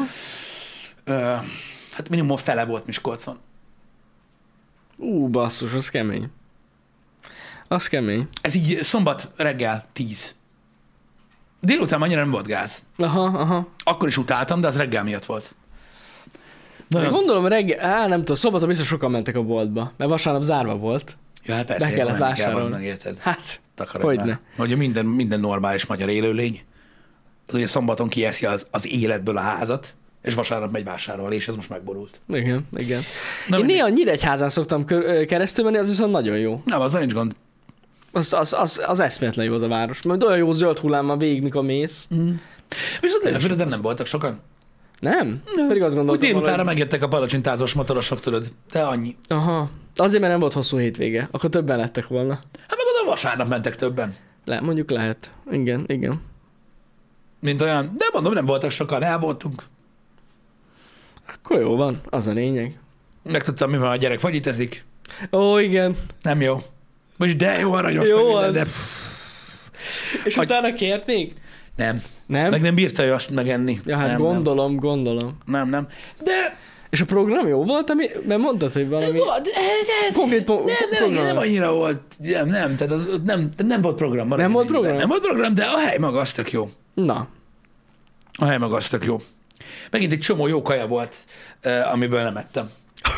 Hát minimum fele volt Miskolcon. Basszus, az kemény. Az kemény. Ez így szombat reggel 10. Délután annyira nem volt gáz. Aha. Akkor is utáltam, de az reggel miatt volt. Nagyon... Gondolom reggel, nem tudom, szombaton biztos sokan mentek a boltba, mert vasárnap zárva volt. Ja, hát persze, be kellett vásárolni. Megérted. Hát, Takarodj hogyne. Ugye minden normális magyar élőlény, az ugye szombaton kieszi az életből a házat, és vasárnap megy vásárolni, és ez most megborult. Igen. Na, Én néha Nyíregyházán szoktam keresztül menni, az viszont nagyon jó. Nem, azzal nincs gond. Az eszméletlen jó az a város. Majd olyan jó zöld hullám van végig, mikor mész. Viszont Lillefüreden nem voltak sokan. Nem? Pedig azt Úgy gondoltam délutánra megjöttek a palacsintázós motorosok, tudod. De annyi. Aha. Azért, mert nem volt hosszú hétvége. Akkor többen lettek volna. Hát meg oda vasárnap mentek többen. Mondjuk lehet. Igen. Mint olyan, de mondom, nem voltak sokan, el voltunk. Akkor jó van, az a lényeg. Megtudtam, mi van, a gyerek fagyitezik. Ó, igen. Nem jó. Most de jó, aranyos Jó meg minden, az. de... És utána kért még? Nem. Nem? Meg nem bírta ő azt megenni. Ja, hát nem, gondolom. Nem. De... És a program jó volt, mert mondtad, hogy valami... Ez Konkrét nem annyira volt, nem, tehát az, nem volt program. Nem volt program? Nem volt program, de a hely maga az tök jó. Na. A hely maga az tök jó. Megint egy csomó jó kaja volt, amiből nem ettem.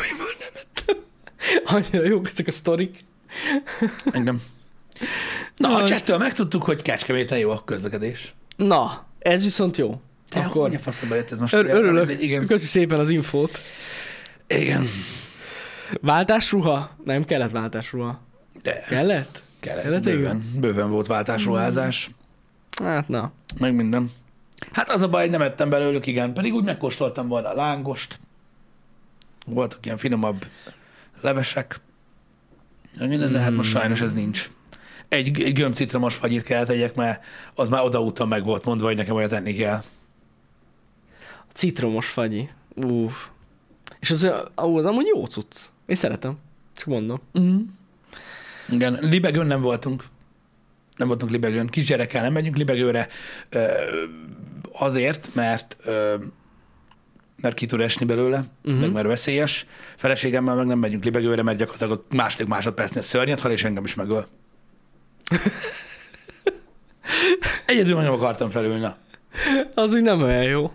Annyira jók ezek a sztorik. Engem. Na, a csettől megtudtuk, hogy Kecskeméten jó a közlekedés. Na, ez viszont jó. Te akkor hogy a faszomba jött ez most? örülök. Igen. Köszi szépen az infót. Igen. Váltásruha? Nem kellett váltásruha. De. Kellett? Kellett bőven volt váltásruházás. Hát na. Meg minden. Hát az a baj, nem ettem belőlük, igen. Pedig úgy megkóstoltam volna a lángost. Voltak ilyen finomabb levesek. Minden, de hát most sajnos ez nincs. Egy gömbcitromos fagyit kell tegyek, mert az már odaúton meg volt mondva, hogy nekem olyat enni kell. A citromos fagyi. És az amúgy jó cucc. Én szeretem. Csak mondom. Igen, Libegőn nem voltunk. Nem voltunk Libegőn. Kisgyerekkel nem megyünk Libegőre azért, mert ki tud esni belőle, meg mert veszélyes. Feleségemmel meg nem megyünk Libegőre, mert gyakorlatilag a második másodpercnél szörnyet hal, és engem is megöl. Egyedül nem akartam felülni. Na. Az úgy nem olyan jó.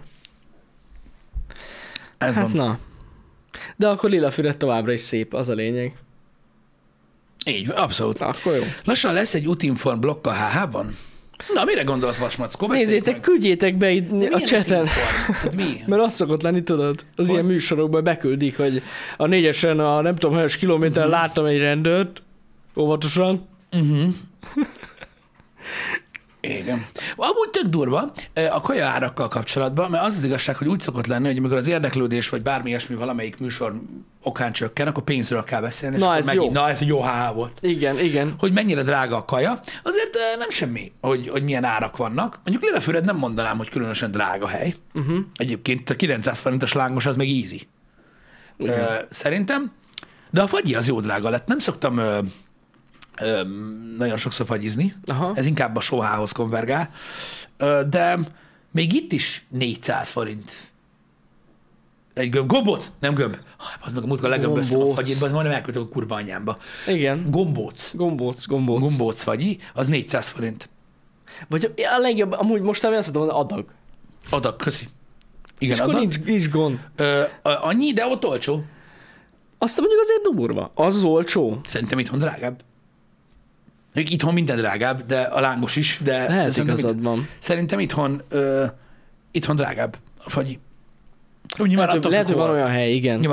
Ez hát van. Na. De akkor Lillefüred továbbra is szép, az a lényeg. Így, abszolút. Akkor jó. Lassan lesz egy útinform blokk a HH-ban? Na, mire gondolsz, Vasmackó? Nézzétek, küldjétek be a chaten. Mi? Mert az szokott lenni, tudod, az ilyen műsorokban beküldik, hogy a 4-esen a nem tudom, hanyas kilométeren láttam egy rendőrt, óvatosan. Igen. Amúgy tök durva a kaja árakkal kapcsolatban, mert az igazság, hogy úgy szokott lenni, hogy amikor az érdeklődés vagy bármi ilyesmi valamelyik műsor okán csökken, akkor pénzről kell beszélni. Na, és ez megint, jó. na, ez jó volt. Igen. Hogy mennyire drága a kaja. Azért nem semmi, hogy milyen árak vannak. Mondjuk Lillefüred nem mondanám, hogy különösen drága hely. Egyébként a 900 forintos lángos az még easy. Szerintem. De a fagyi az jó drága lett. Nem szoktam nagyon sokszor fagyizni. Aha. Ez inkább a sohához konvergál. De még itt is 400 forint. Egy gömb. Gombóc? Nem gömb. Az meg a múltkor legömböztem a fagyit, az majdnem elküldtek a kurva anyámba. Igen. Gombóc fagyi, az 400 forint. Vagy a legjobb, amúgy mostában azt mondom, adag. Adag, köszi. Igen, és akkor nincs gond. Annyi, de ott olcsó. Azt mondjuk azért durva. Az olcsó. Szerintem itthon drágább. Itthon minden drágább, de a lángos is, de lehet igazad van. Szerintem itthon drágább a fagyi. Lehet, hogy van olyan hely, igen.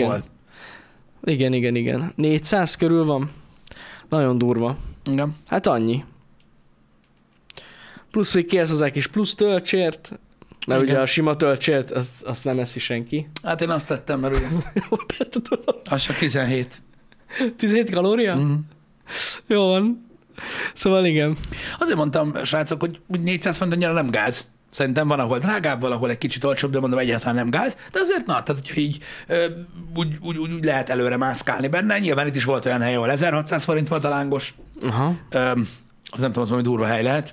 Igen. 400 körül van. Nagyon durva. Igen. Hát annyi. Plusz még kérsz hozzá kis plusz töltsért, mert igen. Ugye a sima töltsért, azt nem eszi senki. Hát én azt tettem, mert ugye. Az csak 17. 17 kalória? Mm. Jó van. Szóval igen. Azért mondtam, srácok, hogy 400 forint annyira nem gáz. Szerintem van, ahol drágább, valahol egy kicsit olcsóbb, de mondom, egyáltalán nem gáz. De azért tehát hogyha így úgy lehet előre mászkálni benne. Nyilván itt is volt olyan hely, ahol 1600 forint volt a lángos. Aha. Az nem tudom, az valami durva hely lehet.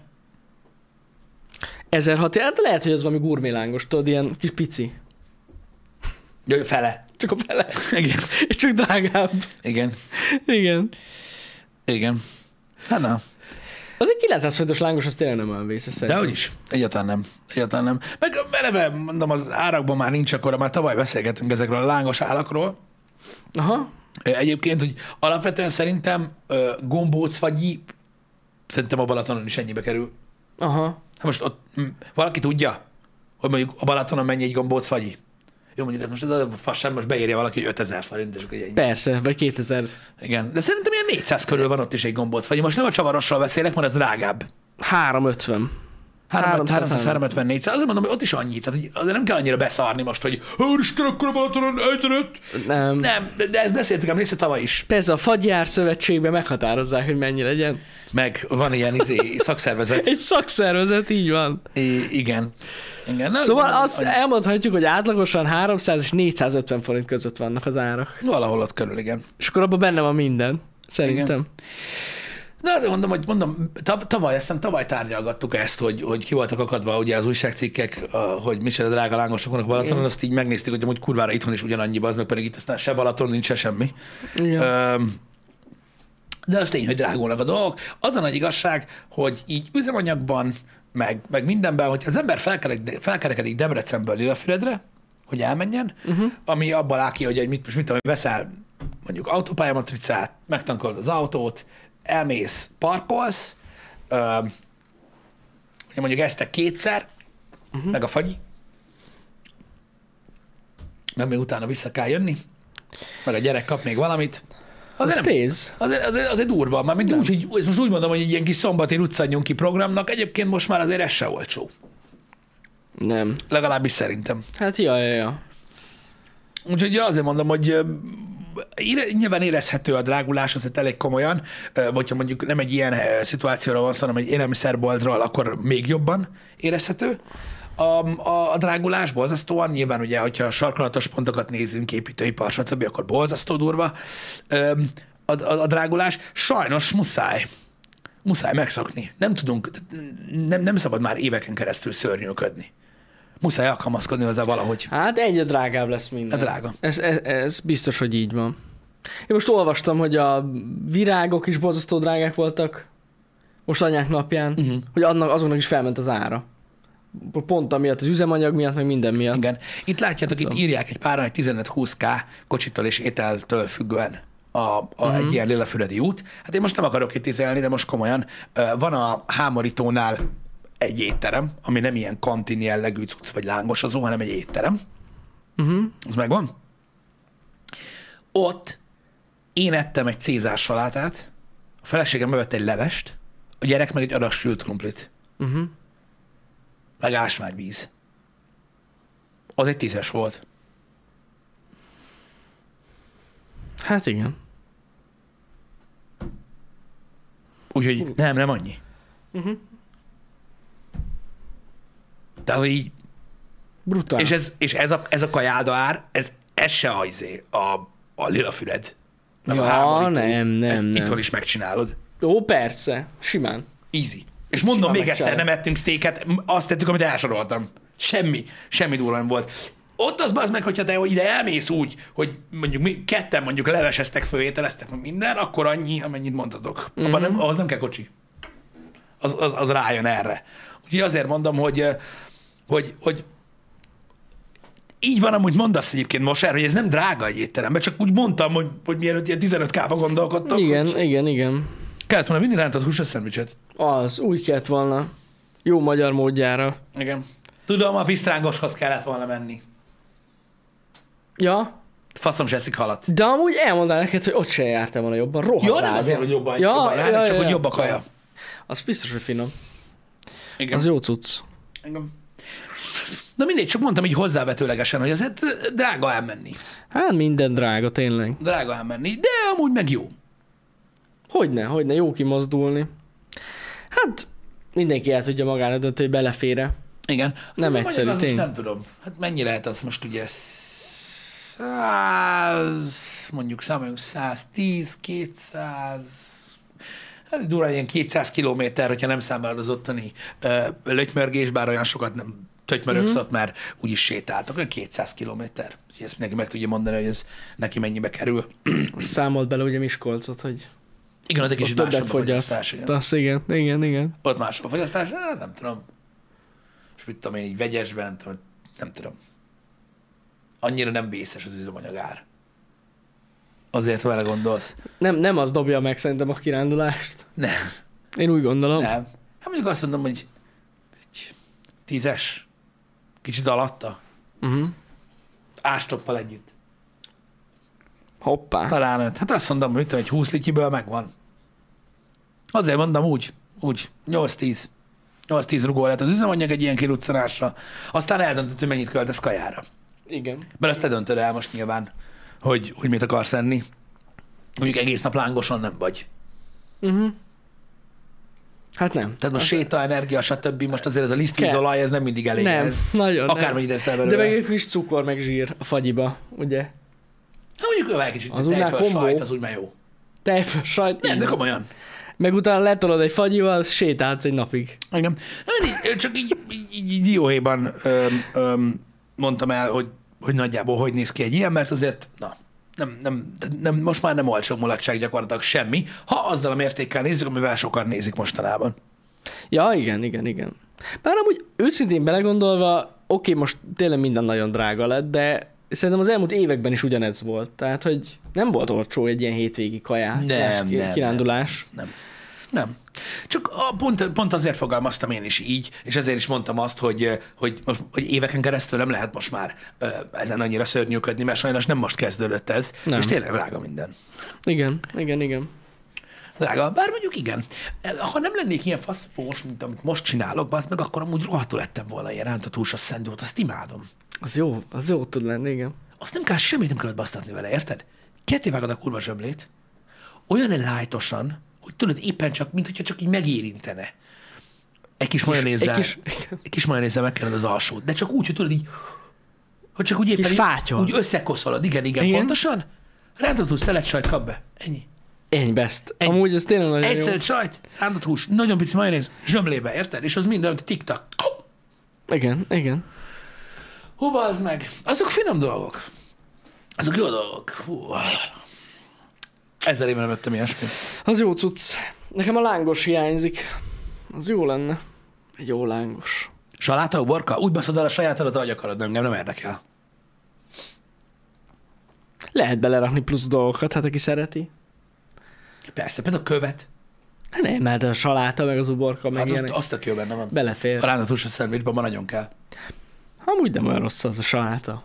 1600, hát lehet, hogy az valami gurmélángos, tudod, ilyen kis pici. Jöjj, fele. Csak a fele. Igen. És csak drágább. Igen. Hát na. Az egy 900 forintos lángos, az tényleg nem olyan vészes szerintem. De úgyis. Egyáltalán nem. Meg eleve, mondom, az árakban már nincs, akkor már tavaly beszélgettünk ezekről a lángos állakról. Aha. Egyébként, hogy alapvetően szerintem gombóc fagyi, szerintem a Balatonon is ennyibe kerül. Aha. Most ott valaki tudja, hogy mondjuk a Balatonon mennyi egy gombóc fagyi? Jó, mondjuk ez most ez a fasság most beírja valaki, hogy 5000 forint, és akkor ennyi. Persze, vagy 2000. Igen, de szerintem ilyen 400 körül van ott is egy gombóc fagyi. Most nem a csavarosról beszélek, mert az drágább. 350. 350, 400. Azért mondom, hogy ott is annyi. Tehát hogy azért nem kell annyira beszarni most, hogy Úristen, akkor a Balatonon 1,5. Nem. De ezt beszéltük, emlékszel tavaly is. Persze a fagyjár szövetségben meghatározzák, hogy mennyi legyen. Meg van ilyen szakszervezet. Egy szakszervezet, így van. Igen. Na, szóval azt elmondhatjuk, hogy átlagosan 300 és 450 forint között vannak az árak. Valahol ott körül, igen. És akkor abban benne van minden, szerintem. Igen. De azért mondom, tavaly tárgyalgattuk ezt, hogy ki voltak akadva ugye az újságcikkek, hogy micsoda drága lángosok vannak Balatonon, azt így megnéztük, hogy amúgy kurvára itthon is ugyanannyiba, az meg pedig itt aztán se Balaton, nincs se semmi. De az tény, hogy drágulnak a dolgok. Az a nagy igazság, hogy így üzemanyagban, meg mindenben, hogy az ember felkerekedik Debrecenből Lillafüredre, hogy elmenjen, ami abban áll ki, hogy mit tudom, veszel mondjuk autópályamatricát, megtankolod az autót, elmész, parkolsz, mondjuk eztek kétszer, meg a fagyi, meg még utána vissza kell jönni, meg a gyerek kap még valamit. Azért durva, már mint úgy, hogy most úgy mondom, hogy egy ilyen kis szombati ruccadjunk ki programnak, egyébként most már azért ez se olcsó. Nem. Legalábbis szerintem. Hát ja. Úgyhogy azért mondom, hogy nyilván érezhető a drágulás, azért elég komolyan, hogyha mondjuk nem egy ilyen szituációra van szó, hanem egy élelmiszerboltról, akkor még jobban érezhető. A drágulás borzasztóan, nyilván ugye, hogyha sarkalatos pontokat nézünk, építőipar, stb., akkor borzasztó durva a drágulás. Sajnos muszáj megszokni. Nem tudunk, nem szabad már éveken keresztül szörnyűködni. Muszáj alkalmazkodni hozzá valahogy. Hát egyre drágább lesz minden. Drága. Ez biztos, hogy így van. Én most olvastam, hogy a virágok is borzasztó drágák voltak most anyák napján, hogy azonnak is felment az ára. Pont amiatt, az üzemanyag miatt, meg minden miatt. Igen. Itt látjátok, itt írják egy páran, hogy 15-20K kocsitól és ételtől függően egy ilyen lillafüredi út. Hát én most nem akarok itt izélni, de most komolyan. Van a Hámorítónál egy étterem, ami nem ilyen kantin jellegű cucc vagy lángosozó, hanem egy étterem. Az megvan. Ott én ettem egy cézár salátát, a feleségem bevett egy levest, a gyerek meg egy adag sült krumplit. Meg ásványvíz. Az egy 10-es volt. Hát igen. Úgyhogy nem annyi. Tehát így... Brutál. És ez a kajáda ár, ez se a lilafüred. Nem a Ja, háborító. nem. Ezt itthon is megcsinálod. Ó, persze. Simán. Easy. És mondom még egyszer, megcsinálod. nem ettünk steaket, azt tettük, amit elsoroltam. Semmi durva nem volt. Ott az meg, hogyha te ide elmész úgy, hogy mondjuk mi ketten mondjuk leveseztek, főételeztek, meg minden, akkor annyi, amennyit mondhatok. Abban nem, az nem kell kocsi. Az rájön erre. Úgyhogy azért mondom, hogy így van, amúgy mondasz egyébként most erre, hogy ez nem drága egy étteremben, csak úgy mondtam, hogy mielőtt ilyen 15K-ba gondolkodtak. Igen. Kellett volna vinni rántott húsos szendvicset. Az, úgy kellett volna. Jó magyar módjára. Igen. Tudom, a pisztrángoshoz kellett volna menni. Ja, Faszom se eszik halat. de amúgy elmondanám neked, hogy ott se jártam volna jobban. Rohadt Jó, nem drága. azért, hogy jobban jár, csak hogy jobb a kaja. Az biztos, hogy finom. Igen. Az jó cucc. Igen. Na mindegy, csak mondtam így hozzávetőlegesen, hogy azért drága elmenni. Hát minden drága, tényleg. Drága elmenni, de amúgy meg jó. Hogyne, jó kimozdulni. Hát mindenki el tudja magának dönteni, hogy belefér-e. Igen. Nem az egyszerű, az most tény. nem tudom. Hát mennyi lehet az most ugye 100, mondjuk számoljunk 110, 200, hát durván ilyen 200 kilométer, hogyha nem számolod az ottani lötymörgés, bár olyan sokat nem tötymörögsz ott, mert úgyis sétáltak, olyan 200 kilométer. Úgyhogy ezt mindenki meg tudja mondani, hogy ez neki mennyibe kerül. Számolt bele ugye Miskolcot, hogy Igen, ott egy ott kicsit többet másabb a fogyasztás. fogyaszt. Igen. Az igen. Ott másabb a fogyasztás, hát nem tudom. És mit tudom én, így vegyesben, nem tudom. Annyira nem vészes az üzemanyagár. Azért, ha vele gondolsz. Nem az dobja meg szerintem a kirándulást. Nem. Én úgy gondolom. Nem. Hát mondjuk azt mondom, hogy 10-es. Kicsit alatta. Uh-huh. Ástoppal együtt. Hoppá. Talán 5. Hát azt mondom, hogy egy 20 lityiből megvan. Azért mondom úgy 8-10. 8-10 rugó lehet az üzemanyag egy ilyen kiruccanásra. Aztán eldöntöd, hogy mennyit költesz kajára. Igen. Mert ezt te döntöd el most nyilván, hogy mit akarsz enni. Mondjuk egész nap lángosan nem vagy. Uh-huh. Hát nem. Tehát most séta, energia, stb. Most azért ez a lisztvízolaj, ez nem mindig elég. Nem, ez. nagyon Akármennyit eszel belőle. De meg egy kis cukor, meg zsír a fagyiba, ugye? Hát mondjuk övel kicsit Az úgy már tejföl kombó. sajt, az úgy már jó. Tejföl, sajt. Nem, de komolyan. Meg utána letolod egy fagyival, sétálsz egy napig. Igen. Na, csak így dióhéjban mondtam el, hogy nagyjából hogy néz ki egy ilyen, mert azért, nem, most már nem olcsó mulatság gyakorlatilag semmi, ha azzal a mértékkel nézzük, amivel sokan nézik mostanában. Ja, igen. Bár amúgy őszintén belegondolva, oké, most tényleg minden nagyon drága lett, de szerintem az elmúlt években is ugyanez volt. Tehát, hogy nem volt olcsó egy ilyen hétvégi kirándulás. Nem. Csak pont azért fogalmaztam én is így, és ezért is mondtam azt, hogy éveken keresztül nem lehet most már ezen annyira szörnyűködni, mert sajnos nem most kezdődött ez, Nem. és tényleg drága minden. Igen. Drága, bár mondjuk igen. Ha nem lennék ilyen faszpós, mint amit most csinálok, az meg akkor amúgy rohadtul lettem volna ilyen rántott húsos szendót, azt imádom. Az jó tud lenni, igen. Azt nem kell, semmit nem kellett basztatni vele, érted? Ketté vágod a kurva zsöblét, olyan lájtosan, hogy tudod éppen csak, mint hogyha csak így megérintene. Egy kis majonézzel megkened az alsót, de csak úgy, hogy tudod így, hogy csak úgy éppen így, úgy összekoszolod, igen, pontosan. Rántott hús, szelet sajt, kap be. Ennyi. Best. Amúgy ez tényleg nagyon egy jó. szelet sajt, rántott hús, nagyon pici majonéz, zsömlébe, érted? És az minden, tiktak. Igen. Hova az meg? Azok finom dolgok. Azok jó dolgok. Hú. 1000 éve nem ettem ilyesmit. Az jó cucc. Nekem a lángos hiányzik. Az jó lenne. Egy jó lángos. Saláta, uborka? Úgy baszod el a sajátodat, ahogy akarod, nem érdekel. Lehet belerakni plusz dolgokat, hát aki szereti. Persze, például követ. Nem, mert a saláta, meg az uborka, meg Hát ilyenek. azt tök jó benne van. Belefér. A rántott húsos szendvicsben ma nagyon kell. Amúgy nem olyan rossz az a saláta.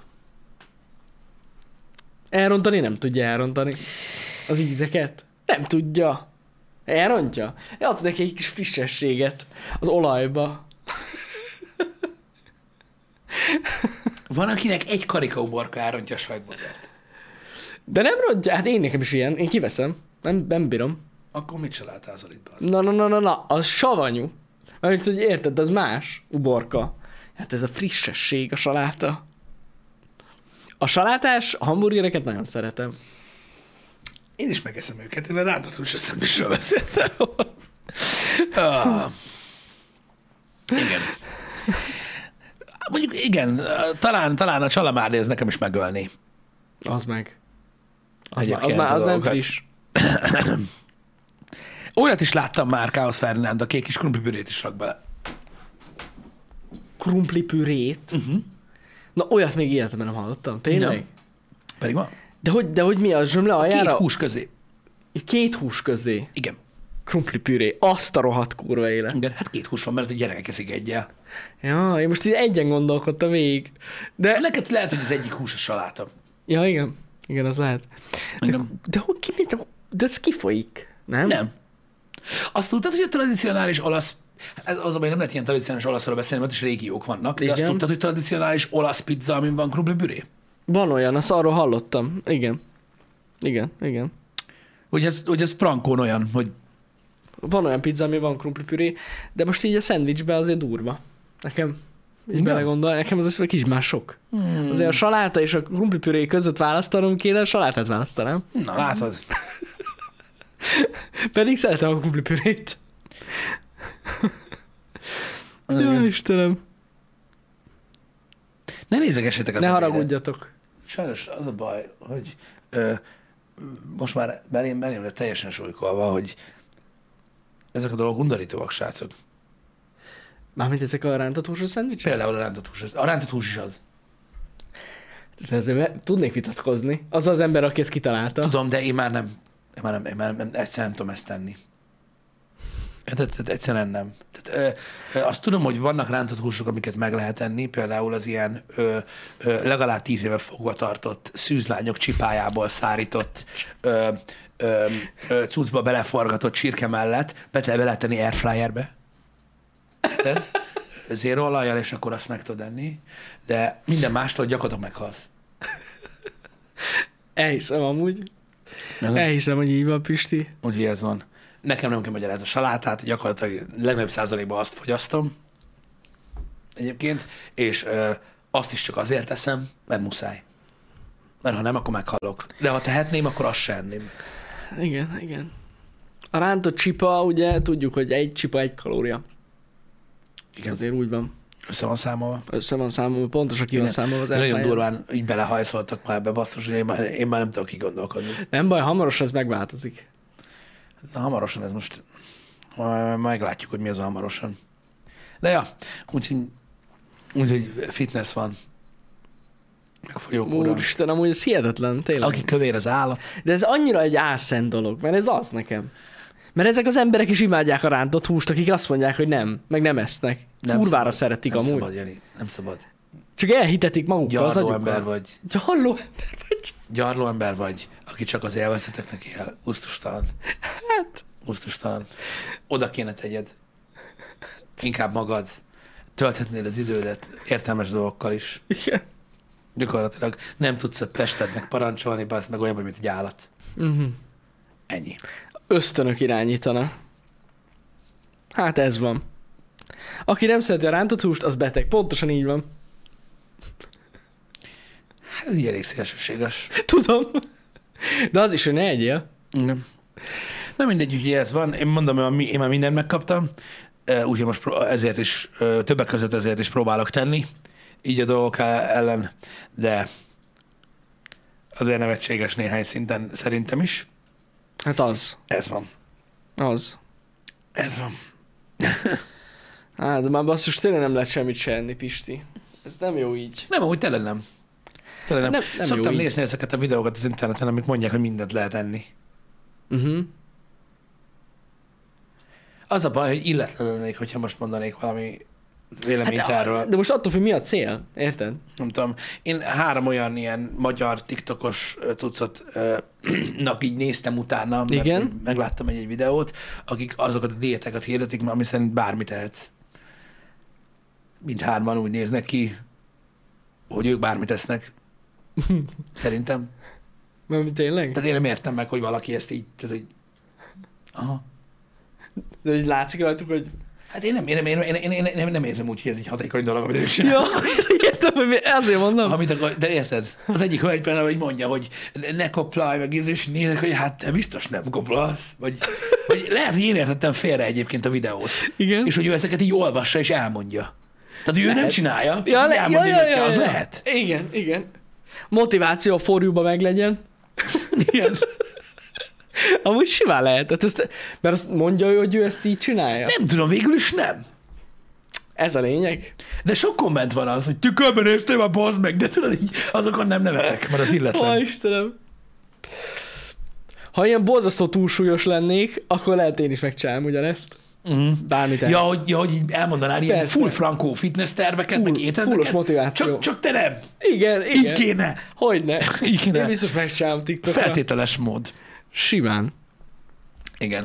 Elrontani nem tudja elrontani. Az ízeket. Nem tudja. Elrontja? Ad neki egy kis frissességet az olajba. Van, akinek egy karikauborka elrontja a sajtburgert. De nem rontja, hát én nekem is ilyen, én kiveszem. Nem bírom. Akkor mit csináltál az alitba? Na, az savanyú. Mert hogy érted, az más uborka. Hát ez a frissesség, a saláta. A salátás hamburgereket nagyon szeretem. Én is megeszem őket, én a rántatós eszemésről beszéltem. Igen. Mondjuk igen, talán a csalamárdi ez nekem is megölni. Az meg. Az Egyébként nem friss. Olyat is láttam már Káosz Ferdinánd, aki egy kis krumplipürét is rak bele. Krumplipürét? Na olyat még életemben nem hallottam. Tényleg? Nem. Pedig van. De hogy mi az zsömle aljára? 2 hús közé. 2 hús közé. Igen. Krumplipüré. Azt a rohadt kurva élet. Igen, hát 2 hús van, mert a gyerekek eszik egyel. Ja, én most így egyen gondolkodtam végig. De... Neked lehet, hogy az egyik hús a saláta. Ja, igen. Igen, az lehet. De ez kifolyik, nem? Nem. Azt tudtad, hogy a tradicionális olasz, az, amely nem lehet ilyen tradicionális olaszról beszélni, mert is régiók vannak, de igen. azt tudtad, hogy tradicionális olasz pizza, amin van krumplipüré? Van olyan, azt arról hallottam. Igen. Hogy ez frankón olyan, hogy Van olyan pizza, ami van krumplipüré, de most így a szendvicsbe azért durva. Nekem így belegondol, nekem az egy kis már sok. Azért a saláta és a krumplipüré között választanom kéne, a salátát választanám. na látod. Pedig szeretem a krumplipürét. Jó, Istenem. Ne nézegessetek az Ne ebédet. haragudjatok. Sajnos az a baj, hogy most már belém lett teljesen súlykolva, hogy ezek a dolgok undorítóak, srácok. Mármint ezek a rántott húsos szendvicsek? Például a rántott hús. A rántott hús is az. Ezzel tudnék vitatkozni. Az az ember, aki ezt kitalálta. Tudom, de én már nem, egyszerűen nem tudom ezt tenni. Tehát egyszerűen nem. Tehát, azt tudom, hogy vannak rántott húsok, amiket meg lehet enni, például az ilyen legalább 10 éve fogva tartott szűzlányok csipájából szárított cuccba beleforgatott csirke mellett be lehet tenni airfryerbe. Zéro olajjal, és akkor azt meg tudod enni. De minden mástól gyakorlatilag meghalsz. Elhiszem amúgy. Elhiszem, hogy így van, Pisti. Úgyhogy ez van. Nekem nem kell magyarázni a salátát, gyakorlatilag legnagyobb százalékban azt fogyasztom egyébként, és azt is csak azért teszem, mert muszáj. Mert ha nem, akkor meghalok. De ha tehetném, akkor azt se enném. Igen. A rántott csipa, ugye tudjuk, hogy egy csipa 1 kalória. Igen. Azért úgy van. Össze van számolva. Össze van számolva, pontosan ki van számolva az Nagyon airfryer. durván így belehajszoltak már ebbe, basszus, hogy én már nem tudok kigondolkodni. Nem baj, hamarosan ez megváltozik. Hamarosan ez most, meglátjuk, hogy mi az a hamarosan. De ja, úgyhogy fitness van. Meg folyókúra. Úristen, amúgy ez hihetetlen, tényleg. Aki kövér az állat. De ez annyira egy álszent dolog, mert ez az nekem. Mert ezek az emberek is imádják a rántott húst, akik azt mondják, hogy nem, meg nem esznek. Kurvára szeretik nem amúgy. Szabad, Jani, nem szabad. Csak elhitetik magukkal az Gyarló agyukkal. ember vagy. Gyarló ember vagy. Gyarló ember vagy, aki csak az élvezeteknek él. Gusztustalan. Hát. Gusztustalan. Oda kéne tegyed. Inkább magad. Tölthetnél az idődet értelmes dolgokkal is. Igen. Gyakorlatilag nem tudsz a testednek parancsolni, bár meg olyan vagy, mint egy állat. Ennyi. Ösztönök irányítana. Hát ez van. Aki nem szereti a rántott húst, az beteg. Pontosan így van. Hát ez így elég szélsőséges. Tudom. De az is, hogy ne egyél. Nem. Nem mindegy, hogy ez van. Én mondom, hogy én már mindent megkaptam, úgyhogy most ezért is, többek között ezért is próbálok tenni, így a dolgok ellen, de azért nevetséges néhány szinten szerintem is. Hát az. Ez van. Az. Ez van. Hát, de már basszus, tényleg nem lehet semmit se enni, Pisti. Ez nem jó így. Nem, amúgy tele nem. Tele nem. Nem Szoktam jó nézni ezeket a videókat az interneten, amik mondják, hogy mindent lehet enni. Az a baj, hogy illetlenül lennék, hogyha most mondanék valami véleményt erről. De most attól, hogy mi a cél, érted? Nem tudom. Én 3 olyan ilyen magyar TikTokos cuccotnak így néztem utána, mert Igen. megláttam egy videót, akik azokat a diétákat hirdetik, ami szerint bármit tehetsz. Mindhárman úgy néznek ki, hogy ők bármit esznek. Szerintem. Nem, tényleg? Tehát én nem értem meg, hogy valaki ezt így, tehát, hogy... Aha. De hogy látszik rajtuk, hogy... Hát én nem érzem úgy, hogy ez egy hatékony dolog, amit ők csinálnak. Ja, értem, hogy azért mondom. Amit akar, de érted? Az egyik hölgy például, hogy mondja, hogy ne koplalj, meg és nézek, hogy hát te biztos nem koplalsz. Vagy lehet, hogy én értettem félre egyébként a videót. Igen. És hogy ő ezeket így olvassa és elmondja. Tehát ő Lehet. nem csinálja, csak Ja, elmondja, hogy az lehet. Igen. Motiváció a forjúba meglegyen. Igen. Amúgy simán lehet. Tehát mert azt mondja ő, hogy ő ezt így csinálja. Nem tudom, végül is nem. Ez a lényeg. De sok komment van az, hogy tükörben néztél, a bazd meg, de tudod így, azokon nem nevetek, mert az illetlen. Ó, Istenem. Ha ilyen borzasztó túlsúlyos lennék, akkor lehet én is megcsinálom ugyanezt. Bármit Ja, hogy így elmondanál ilyen Persze. full frankó fitness terveket, meg ételeket. fullos motiváció. Csak te nem. Igen. Így kéne. Hogyne. Így kéne. Én biztos megcsinálom TikTokra. Feltételes mód. Simán. Igen.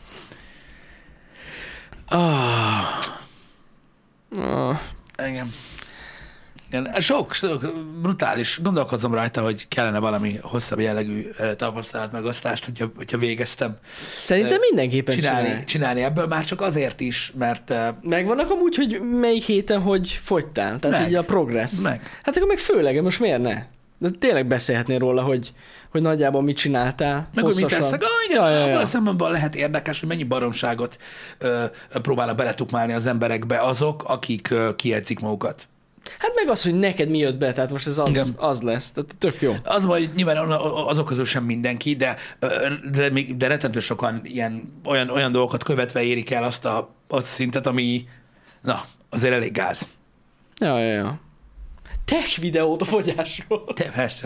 Igen. Igen. Sok, brutális. Gondolkozom rajta, hogy kellene valami hosszabb jellegű tapasztalat megosztást, hogyha végeztem. Szerintem mindenképpen Csinálni ebből, már csak azért is, mert... Megvannak amúgy, hogy melyik héten hogy fogytál? Tehát így a progress. Hát akkor meg főleg, most miért ne? De tényleg beszélhetnél róla, hogy nagyjából mit csináltál. Meg hogy mit teszek. Igen, abban a szempontból lehet érdekes, hogy mennyi baromságot próbálnak beletukmálni az emberekbe azok, akik kiedzik magukat. Hát meg az, hogy neked mi jött be, tehát most ez az lesz, tehát tök jó. Az baj, hogy nyilván azok közül sem mindenki, de rettentő sokan olyan dolgokat követve érik el azt a szintet, ami, azért elég gáz. Ja. Tech videót a fogyásról. Persze.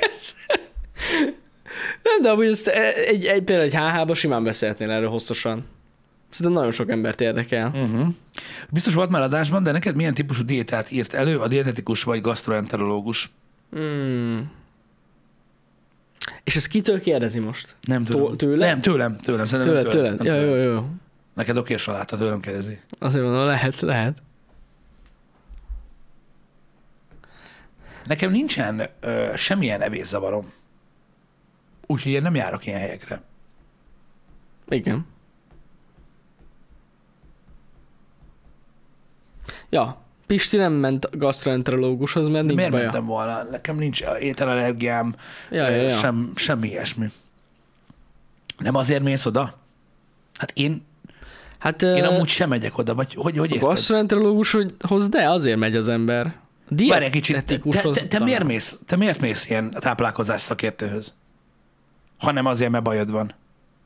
Nem, de amúgy ezt például egy HH-ba simán beszélhetnél erről hosszasan. Szerintem nagyon sok embert érdekel. Biztos volt már adásban, de neked milyen típusú diétát írt elő, a dietetikus vagy gasztroenterológus? És ezt kitől kérdezi most? Nem tudom. Tőle? Nem, tőlem. Szerintem Tőled. Jó. Neked oké a saláta, tőlem kérdezi. Azért mondom, lehet. Nekem nincsen semmilyen evészavarom. Úgyhogy én nem járok ilyen helyekre. Igen. Ja, Pisti nem ment gasztroenterológushoz, mert nincs miért baja. mentem volna? Nekem nincs ételallergiám, Ja. semmi ilyesmi. Nem azért mész oda? Hát én amúgy sem megyek oda, vagy hogy a érted? gasztroenterológushoz de azért megy az ember. Várj egy kicsit, te miért mész ilyen táplálkozás szakértőhöz? Ha nem azért, mert bajod van.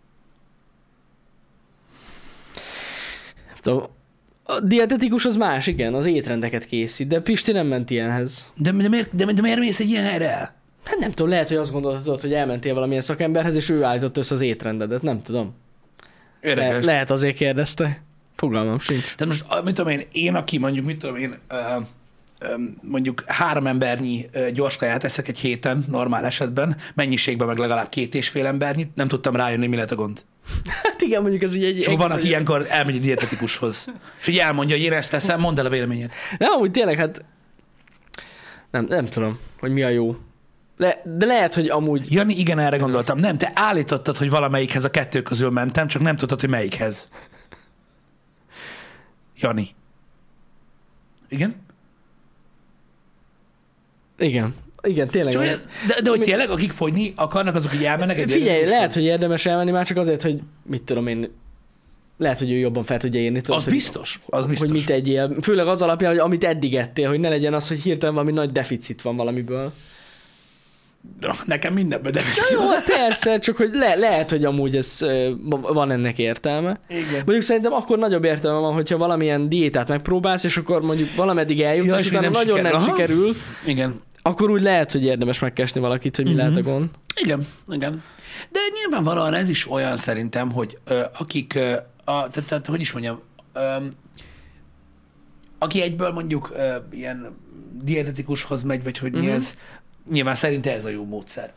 A dietetikus az más, igen, az étrendeket készít, de Pisti nem ment ilyenhez. De miért mész egy ilyen helyre el? Hát nem tudom, lehet, hogy azt gondoltad, hogy elmentél valamilyen szakemberhez, és ő állított össze az étrendedet, nem tudom. Érdekes. Lehet azért kérdezte. Fogalmam sincs. Tehát most, mit tudom én, aki mondjuk, mondjuk 3 embernyi gyorskaját eszek egy héten, normál esetben, mennyiségben meg legalább 2,5 embernyit, nem tudtam rájönni, mi lett a gond. Hát igen, mondjuk ez így egy... És van, aki ilyenkor elmegy a dietetikushoz. És így elmondja, hogy én ezt teszem, mondd el a véleményed. Nem, amúgy tényleg, hát nem tudom, hogy mi a jó. De lehet, hogy amúgy... Jani, igen, erre gondoltam. Nem, te állítottad, hogy valamelyikhez a 2 közül mentem, csak nem tudtad, hogy melyikhez. Jani. Igen? Igen, tényleg. De hogy tényleg, akik fogyni akarnak, azok így elmennek? Figyelj, lehet, hogy érdemes elmenni már csak azért, hogy mit tudom én, lehet, hogy ő jobban fel tudja érni. Az biztos. Hogy mit egyél. Főleg az alapján, hogy amit eddig ettél, hogy ne legyen az, hogy hirtelen valami nagy deficit van valamiből. Nekem mindenben deficit van. Jó, persze, csak hogy lehet, hogy amúgy ez van ennek értelme. Igen. Mondjuk szerintem akkor nagyobb értelme van, hogyha valamilyen diétát megpróbálsz, és akkor mondjuk valameddig eljutsz, és utána nagyon nem sikerül. Igen. Akkor úgy lehet, hogy érdemes megkeresni valakit, hogy mi lehet a gond. Igen. De nyilvánvalóan ez is olyan szerintem, hogy akik, tehát hogy is mondjam, aki egyből mondjuk ilyen dietetikushoz megy, vagy hogy mi ez, nyilván szerinte ez a jó módszer.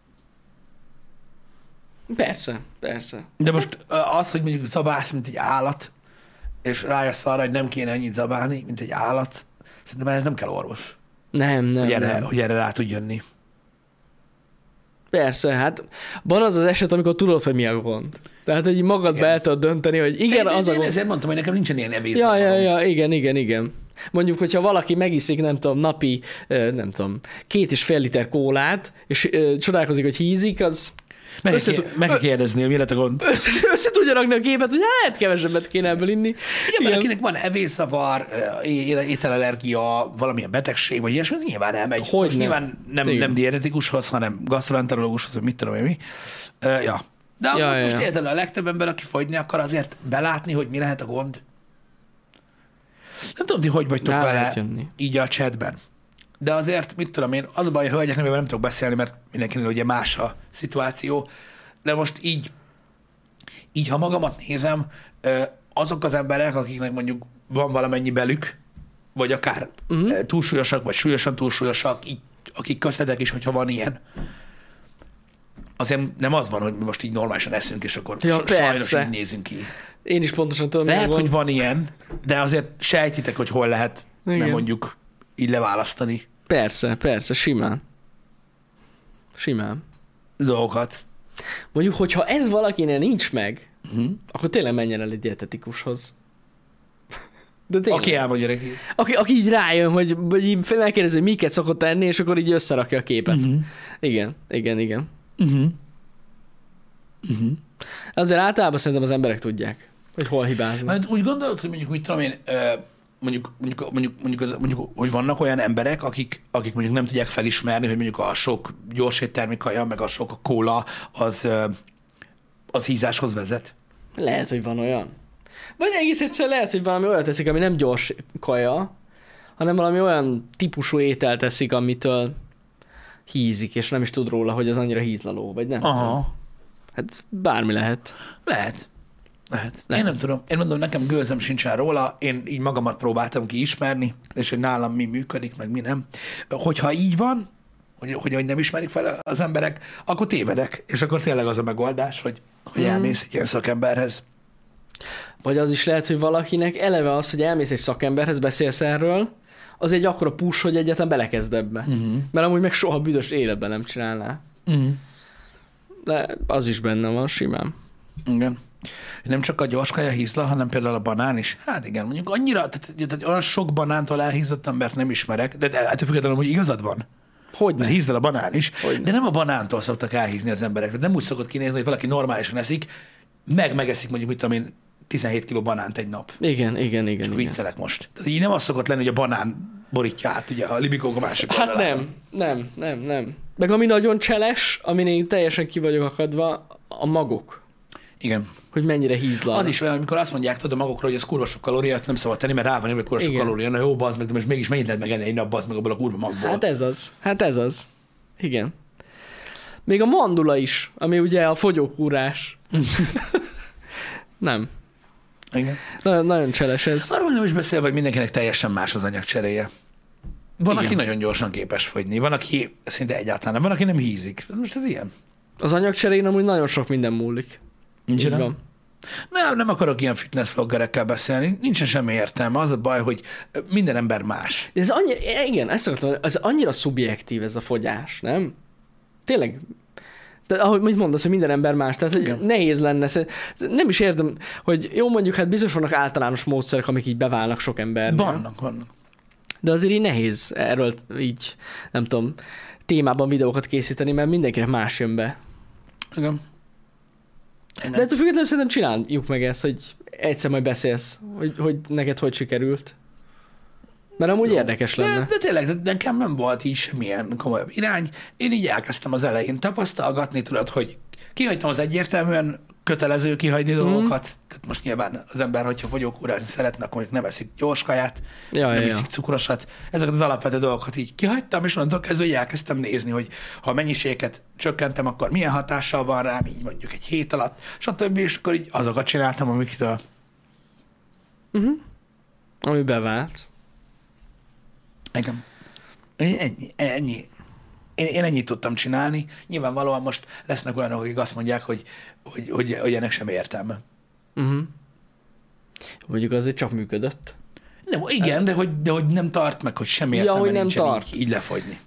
Persze, persze. De most az, hogy mondjuk zabálsz, mint egy állat, és rájössz arra, hogy nem kéne ennyit zabálni, mint egy állat, szerintem ez nem kell orvos, Nem. hogy erre rá tud jönni. Persze, hát van az az eset, amikor tudod, hogy mi a gond. Tehát, hogy magadba el tudod dönteni, hogy igen, az a Én gond. ezért mondtam, hogy nekem nincsen ilyen evés. Ja, igen. Mondjuk, hogyha valaki megiszik, nem tudom, napi, nem tudom, 2,5 liter kólát, és csodálkozik, hogy hízik, az Meg kell kérdezni, hogy mi lett a gond. össze tudja rakni a képet, hogy hát kevesebbet kéne ebből inni. Igen, mert akinek van evészavar, ételallergia, valamilyen betegség, vagy ilyesmi, ez nyilván elmegy. Hogy most nyilván nem dietetikushoz, hanem gastroenterológushoz, vagy mit tudom én mi. Ja. De most érted, a legtöbb ember, aki fogyni akar, azért belátni, hogy mi lehet a gond. Nem tudom, ti hogy vagytok vele így a chatben. De azért, mit tudom én, az a baj, a hölgyek nevében nem tudok beszélni, mert mindenkinél ugye más a szituáció. De most így ha magamat nézem, azok az emberek, akiknek mondjuk van valamennyi belük, vagy akár túlsúlyosak, vagy súlyosan túlsúlyosak, így, akik köztetek is, hogyha van ilyen, azért nem az van, hogy mi most így normálisan eszünk, és akkor sajnos így nézünk ki. Én is pontosan tudom. Lehet, hogy van ilyen, de azért sejtitek, hogy hol lehet, nem mondjuk így leválasztani. Persze, simán. Dolgokat. Mondjuk, hogyha ez valakinél nincs meg, akkor tényleg menjen el egy dietetikushoz. De tényleg. Aki elmondja neki. Aki így rájön, hogy így megkérdezi, hogy miket szokott enni, és akkor így összerakja a képet. Igen. Azért általában szerintem az emberek tudják, hogy hol hibáznak. Mert úgy gondolod, hogy mondjuk, mit tudom én, mondjuk, hogy vannak olyan emberek, akik mondjuk nem tudják felismerni, hogy mondjuk a sok gyors éttermi meg a sok kóla az hízáshoz vezet? Lehet, hogy van olyan. Vagy egész egyszerűen lehet, hogy valami olyat teszik, ami nem gyors kaja, hanem valami olyan típusú ételt teszik, amitől hízik, és nem is tud róla, hogy az annyira hízlaló, vagy nem. Aha. Hát bármi lehet. Lehet. Én nem tudom. Én mondom, nekem gőzem sincsen róla, én így magamat próbáltam kiismerni, és hogy nálam mi működik, meg mi nem. Hogyha így van, hogy nem ismerik fel az emberek, akkor tévedek, és akkor tényleg az a megoldás, hogy elmész egy ilyen szakemberhez. Vagy az is lehet, hogy valakinek eleve az, hogy elmész egy szakemberhez, beszélsz erről, az egy akkora push, hogy egyáltalán belekezd ebbe. Mert amúgy meg soha büdös életben nem csinálná. De az is benne van, simán. Igen. Nem csak a gyorskaja hízla, hanem például a banán is. Hát igen, mondjuk annyira, tehát olyan sok banántól elhízott embert nem ismerek, de ettől függetlenül, hogy igazad van. Hogyne? Mert hízdal a banán is, de nem a banántól szoktak elhízni az emberek. Tehát nem úgy szokott kinézni, hogy valaki normálisan eszik, megeszik mondjuk, mit tudom én, 17 kg banánt egy nap. Igen. Csak viccelek most. Tehát így nem az szokott lenni, hogy a banán borítja át, ugye a libikók a másik oldalán. Nem. Meg ami nagyon cseles, amin én teljesen ki vagyok akadva, a magok. Igen. Hogy mennyire hízlal. Az is olyan, amikor azt mondják, tudod a magokról, hogy ez kurva sok kalóriát nem szabad tenni, mert rá van, hogy kurva sok kalória. Na jó, bazd meg, de most mégis mennyit lehet megenni egy nap, bazd meg abból a kurva magból. Hát ez az. Igen. Még a mandula is, ami ugye a fogyókúrás. Nem. Igen. Nagyon cseles ez. Arról nem is beszél, hogy mindenkinek teljesen más az anyagcseréje. Van, aki nagyon gyorsan képes fogyni, van, aki szinte egyáltalán nem, van, aki nem hízik. Most ez ilyen. Az anyagcserén amúgy nagyon sok minden múlik. Nincsen? Nem akarok ilyen fitness vloggerekkel beszélni, nincsen semmi értelme. Az a baj, hogy minden ember más. De ez annyira, igen, ezt akartam, ez annyira szubjektív ez a fogyás, nem? Tényleg. De ahogy mit mondasz, hogy minden ember más, tehát hogy nehéz lenne. Nem is értem, hogy jó, mondjuk, hát biztos vannak általános módszerek, amik így beválnak sok embernél. Vannak. De azért így nehéz erről így, nem tudom, témában videókat készíteni, mert mindenkinek más jön be. Igen. De ettől függetlenül szerintem csináljuk meg ezt, hogy egyszer majd beszélsz, hogy neked hogy sikerült. Mert amúgy érdekes lenne. De tényleg, nekem nem volt így semmilyen komolyabb irány. Én így elkezdtem az elején tapasztalgatni, tudod, hogy kihagytam az egyértelműen kötelező kihagyni dolgokat. Tehát most nyilván az ember, hogyha fogyókúrázni szeretne, akkor mondjuk nem eszik gyors kaját, nem eszik cukrosat. Ezeket az alapvető dolgokat így kihagytam, és onnantól kezdve így elkezdtem nézni, hogy ha a mennyiséget csökkentem, akkor milyen hatással van rám, így mondjuk egy hét alatt, stb. És akkor így azokat csináltam, amiktől Ami bevált. Engem. Ennyi. Én ennyit tudtam csinálni. Nyilvánvalóan most lesznek olyanok, akik azt mondják, hogy ennek sem értelme. Uh-huh. Mondjuk azért csak működött. Nem, igen, de hogy nem tart meg, hogy sem értelme hogy nem nincsen tart. így lefogyni.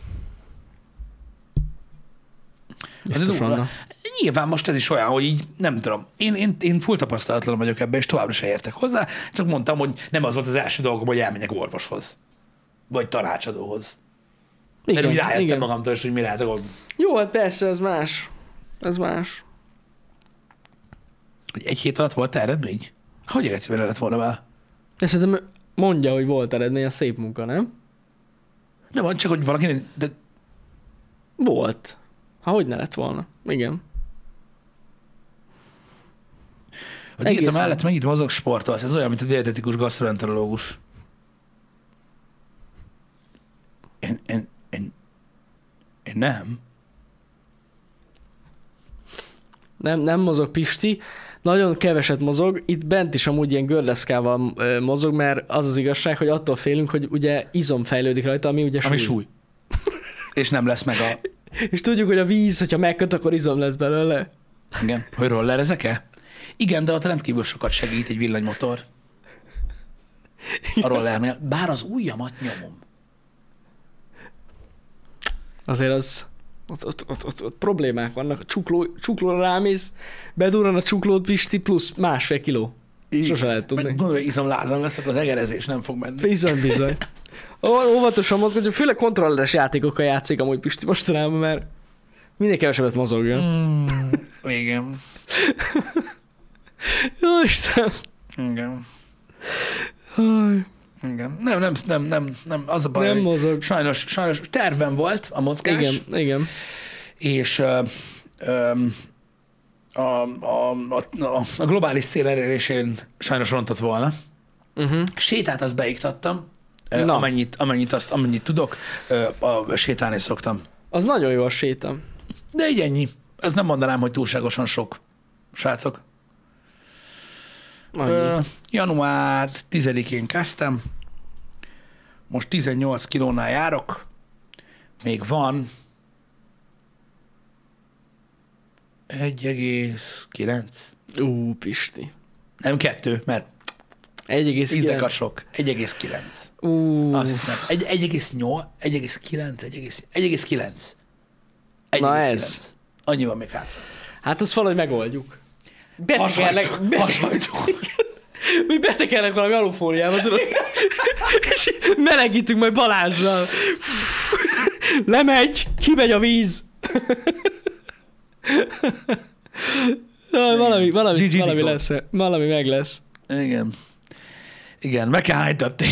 Biztosan. Nyilván most ez is olyan, hogy így nem tudom. Én full tapasztalatlan vagyok ebben, és továbbra se értek hozzá. Csak mondtam, hogy nem az volt az első dolgom, hogy elmenjek orvoshoz. Vagy tanácsadóhoz. Mert úgy rájöttem magamtól is, hogy mi lehet a gond. Jó, hát persze, ez más. Ez más. Hogy egy hét alatt volt eredmény? Hogy egyszerűen lett volna vele? De szerintem mondja, hogy volt eredmény, a szép munka, nem? Nem, csak hogy valaki... De... Volt. Hogy ne lett volna. Igen. A diéta mellett mennyit mozog, sportolsz? Ez olyan, mint a dietetikus gasztroenterológus. Én nem. Nem mozog Pisti. Nagyon keveset mozog. Itt bent is amúgy ilyen gördeszkával mozog, mert az az igazság, hogy attól félünk, hogy ugye izom fejlődik rajta, ami ugye súly. Ami súly. És nem lesz meg a... És tudjuk, hogy a víz, hogyha megköt, akkor izom lesz belőle. Igen. Hogy rollerezek-e? Igen, de ott rendkívül sokat segít egy villanymotor. A rollernél. Bár az ujjamat nyomom. Azért az... Ott problémák vannak. Csuklóra rámész, bedurran a csuklót, Pisti, plusz 1,5 kiló. Sose lehet tudni. Gondolom, hogy izomlázam lesz, akkor az egerezés nem fog menni. Bizony. Óvatosan mozgatja, főleg kontrolleres játékokkal játszik amúgy Pisti mostanában, mert minél kevesebbet mozogja. Igen. Jó Isten. Igen. Aj. Igen. Nem, az a baj, nem hogy mozog. Sajnos tervben volt a mozgás. Igen. És a globális cél elérésén sajnos rontott volna. Uh-huh. Sétát azt beiktattam, amennyit tudok, sétálni szoktam. Az nagyon jó a séta. De így ennyi. Ez nem mondanám, hogy túlságosan sok, srácok. Január 10-én kezdtem. Most 18 kilónál járok. Még van 1,9. Pisti. Nem 2, mert 1,9. a sok. 1,9. Azt hiszem. 1,8, 1,9. Na ez. Annyi van még hátra. Hát azt valahogy megoldjuk. Hasajtó. Mi betekelnek valami alufóliába, tudod? És melegítünk majd Balázsral. Lemegy, kimegy a víz. Valami lesz. Valami meg lesz. Igen, meg kell hánytatni.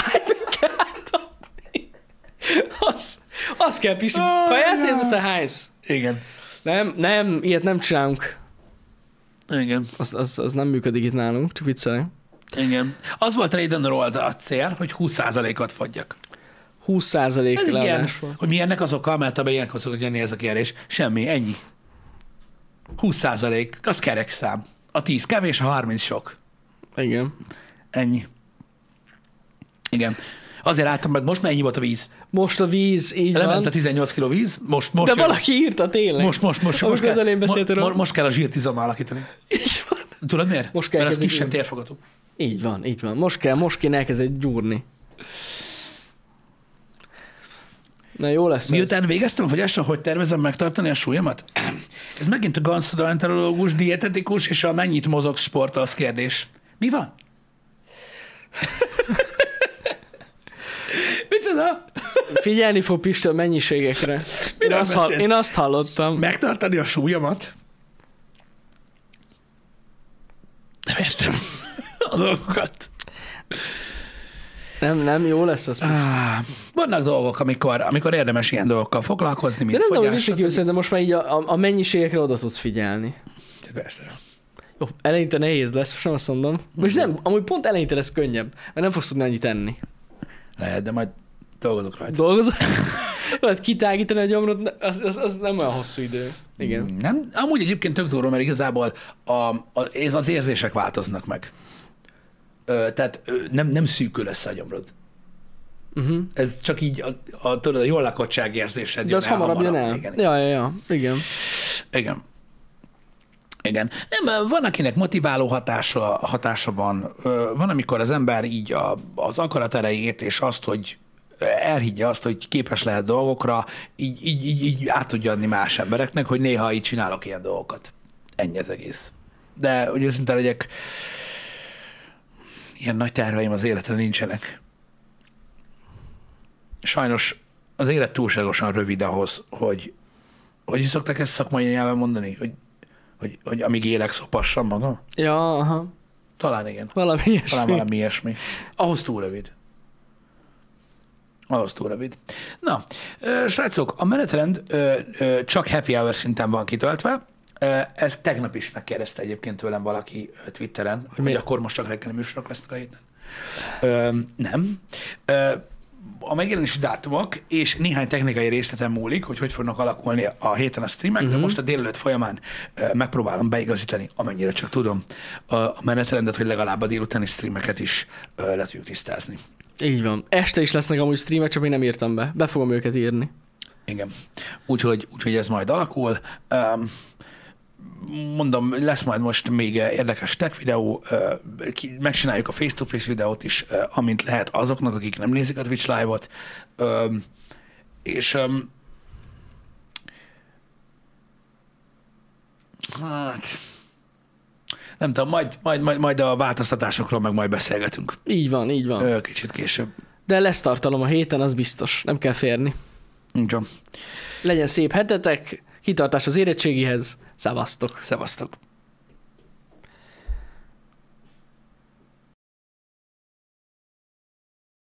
Az kell, Pisti. Ha elszérdesz, hánysz. Igen. Nem, ilyet nem csinálunk. Igen. Az nem működik itt nálunk, csak viccelek. Igen. Az volt Raidenról a cél, hogy 20%-ot fogyjak. 20% leadás volt. Hogy mi ennek az oka, mert abban ilyenkor szokott jönni ez a kérdés. Semmi, ennyi. 20%, az kerek szám. A 10 kevés, a 30 sok. Igen. Ennyi. Igen. Azért álltam meg, most mennyi volt a víz? Most a víz, így lement van. A 18 kg víz, most de valaki írta tényleg. Most kell a zsírt izommal alakítani. Így van. Tudod miért? Most kell mert az kisebb térfogató. Így van. Most kéne elkezdeni gyúrni. Na jó lesz. Miután végeztem a fogyással, hogy tervezem megtartani a súlyomat? Ez megint a gasztroenterológus, dietetikus és a mennyit mozogsz sportolsz kérdés. Mi van? Micsoda? Figyelni fog Pisti a mennyiségekre. Én azt hallottam. Megtartani a súlyomat? Nem értem a dolgokat. Nem, jó lesz az. Vannak dolgok, amikor érdemes ilyen dolgokkal foglalkozni, mint fogyás. De nem fogyás. szerintem most már így a mennyiségekre oda tudsz figyelni. Persze. Jó, eleinte nehéz lesz, most nem azt mondom. Most nem, amúgy pont eleinte lesz könnyebb, mert nem fogsz tudni annyit enni. Lehet, de majd dolgozok rajta. Dolgozok? Lehet kitágítani a gyomrot, az nem olyan hosszú idő. Igen. Nem? Amúgy egyébként tök durva, mert igazából az érzések változnak meg. tehát nem szűkül össze a gyomrod. Ez csak így tudod, a jól lakottság érzésed. De az hamarabb jön el. Igen. Ja. Igen. Nem, van, akinek motiváló hatása van. Van, amikor az ember így az akaraterejét és azt, hogy elhiggye azt, hogy képes lehet dolgokra, így át tudja adni más embereknek, hogy néha így csinálok ilyen dolgokat. Ennyi az egész. De, hogy őszinte legyek, ilyen nagy terveim az életre nincsenek. Sajnos az élet túlságosan rövid ahhoz, hogy szokták ezt szakmai nyelven mondani, hogy amíg élek, szopassam magam? Ja, aha. Talán igen. Valami ilyesmi. Ahhoz túl rövid. Na, srácok, a menetrend csak happy hour szinten van kitöltve. Ezt tegnap is megkérdezte egyébként tőlem valaki Twitteren, hogy akkor most csak reggeli műsorok lesznek a héten. Nem. A megjelenési dátumok és néhány technikai részleten múlik, hogy fognak alakulni a héten a streamek, de most a délelőtt folyamán megpróbálom beigazítani, amennyire csak tudom, a menetrendet, hogy legalább a délutáni streameket is le tudjuk tisztázni. Így van. Este is lesznek amúgy streamek, csak még nem írtam be. Be fogom őket írni. Igen. Úgyhogy ez majd alakul. Mondom, lesz majd most még érdekes tech videó, megcsináljuk a face-to-face videót is, amint lehet azoknak, akik nem nézik a Twitch live-ot, és hát nem tudom, majd a változtatásokról meg majd beszélgetünk. Így van. Kicsit később. De lesz tartalom a héten, az biztos. Nem kell férni. Így van. Legyen szép hetetek, kitartás az érettségihez. Szevasztok.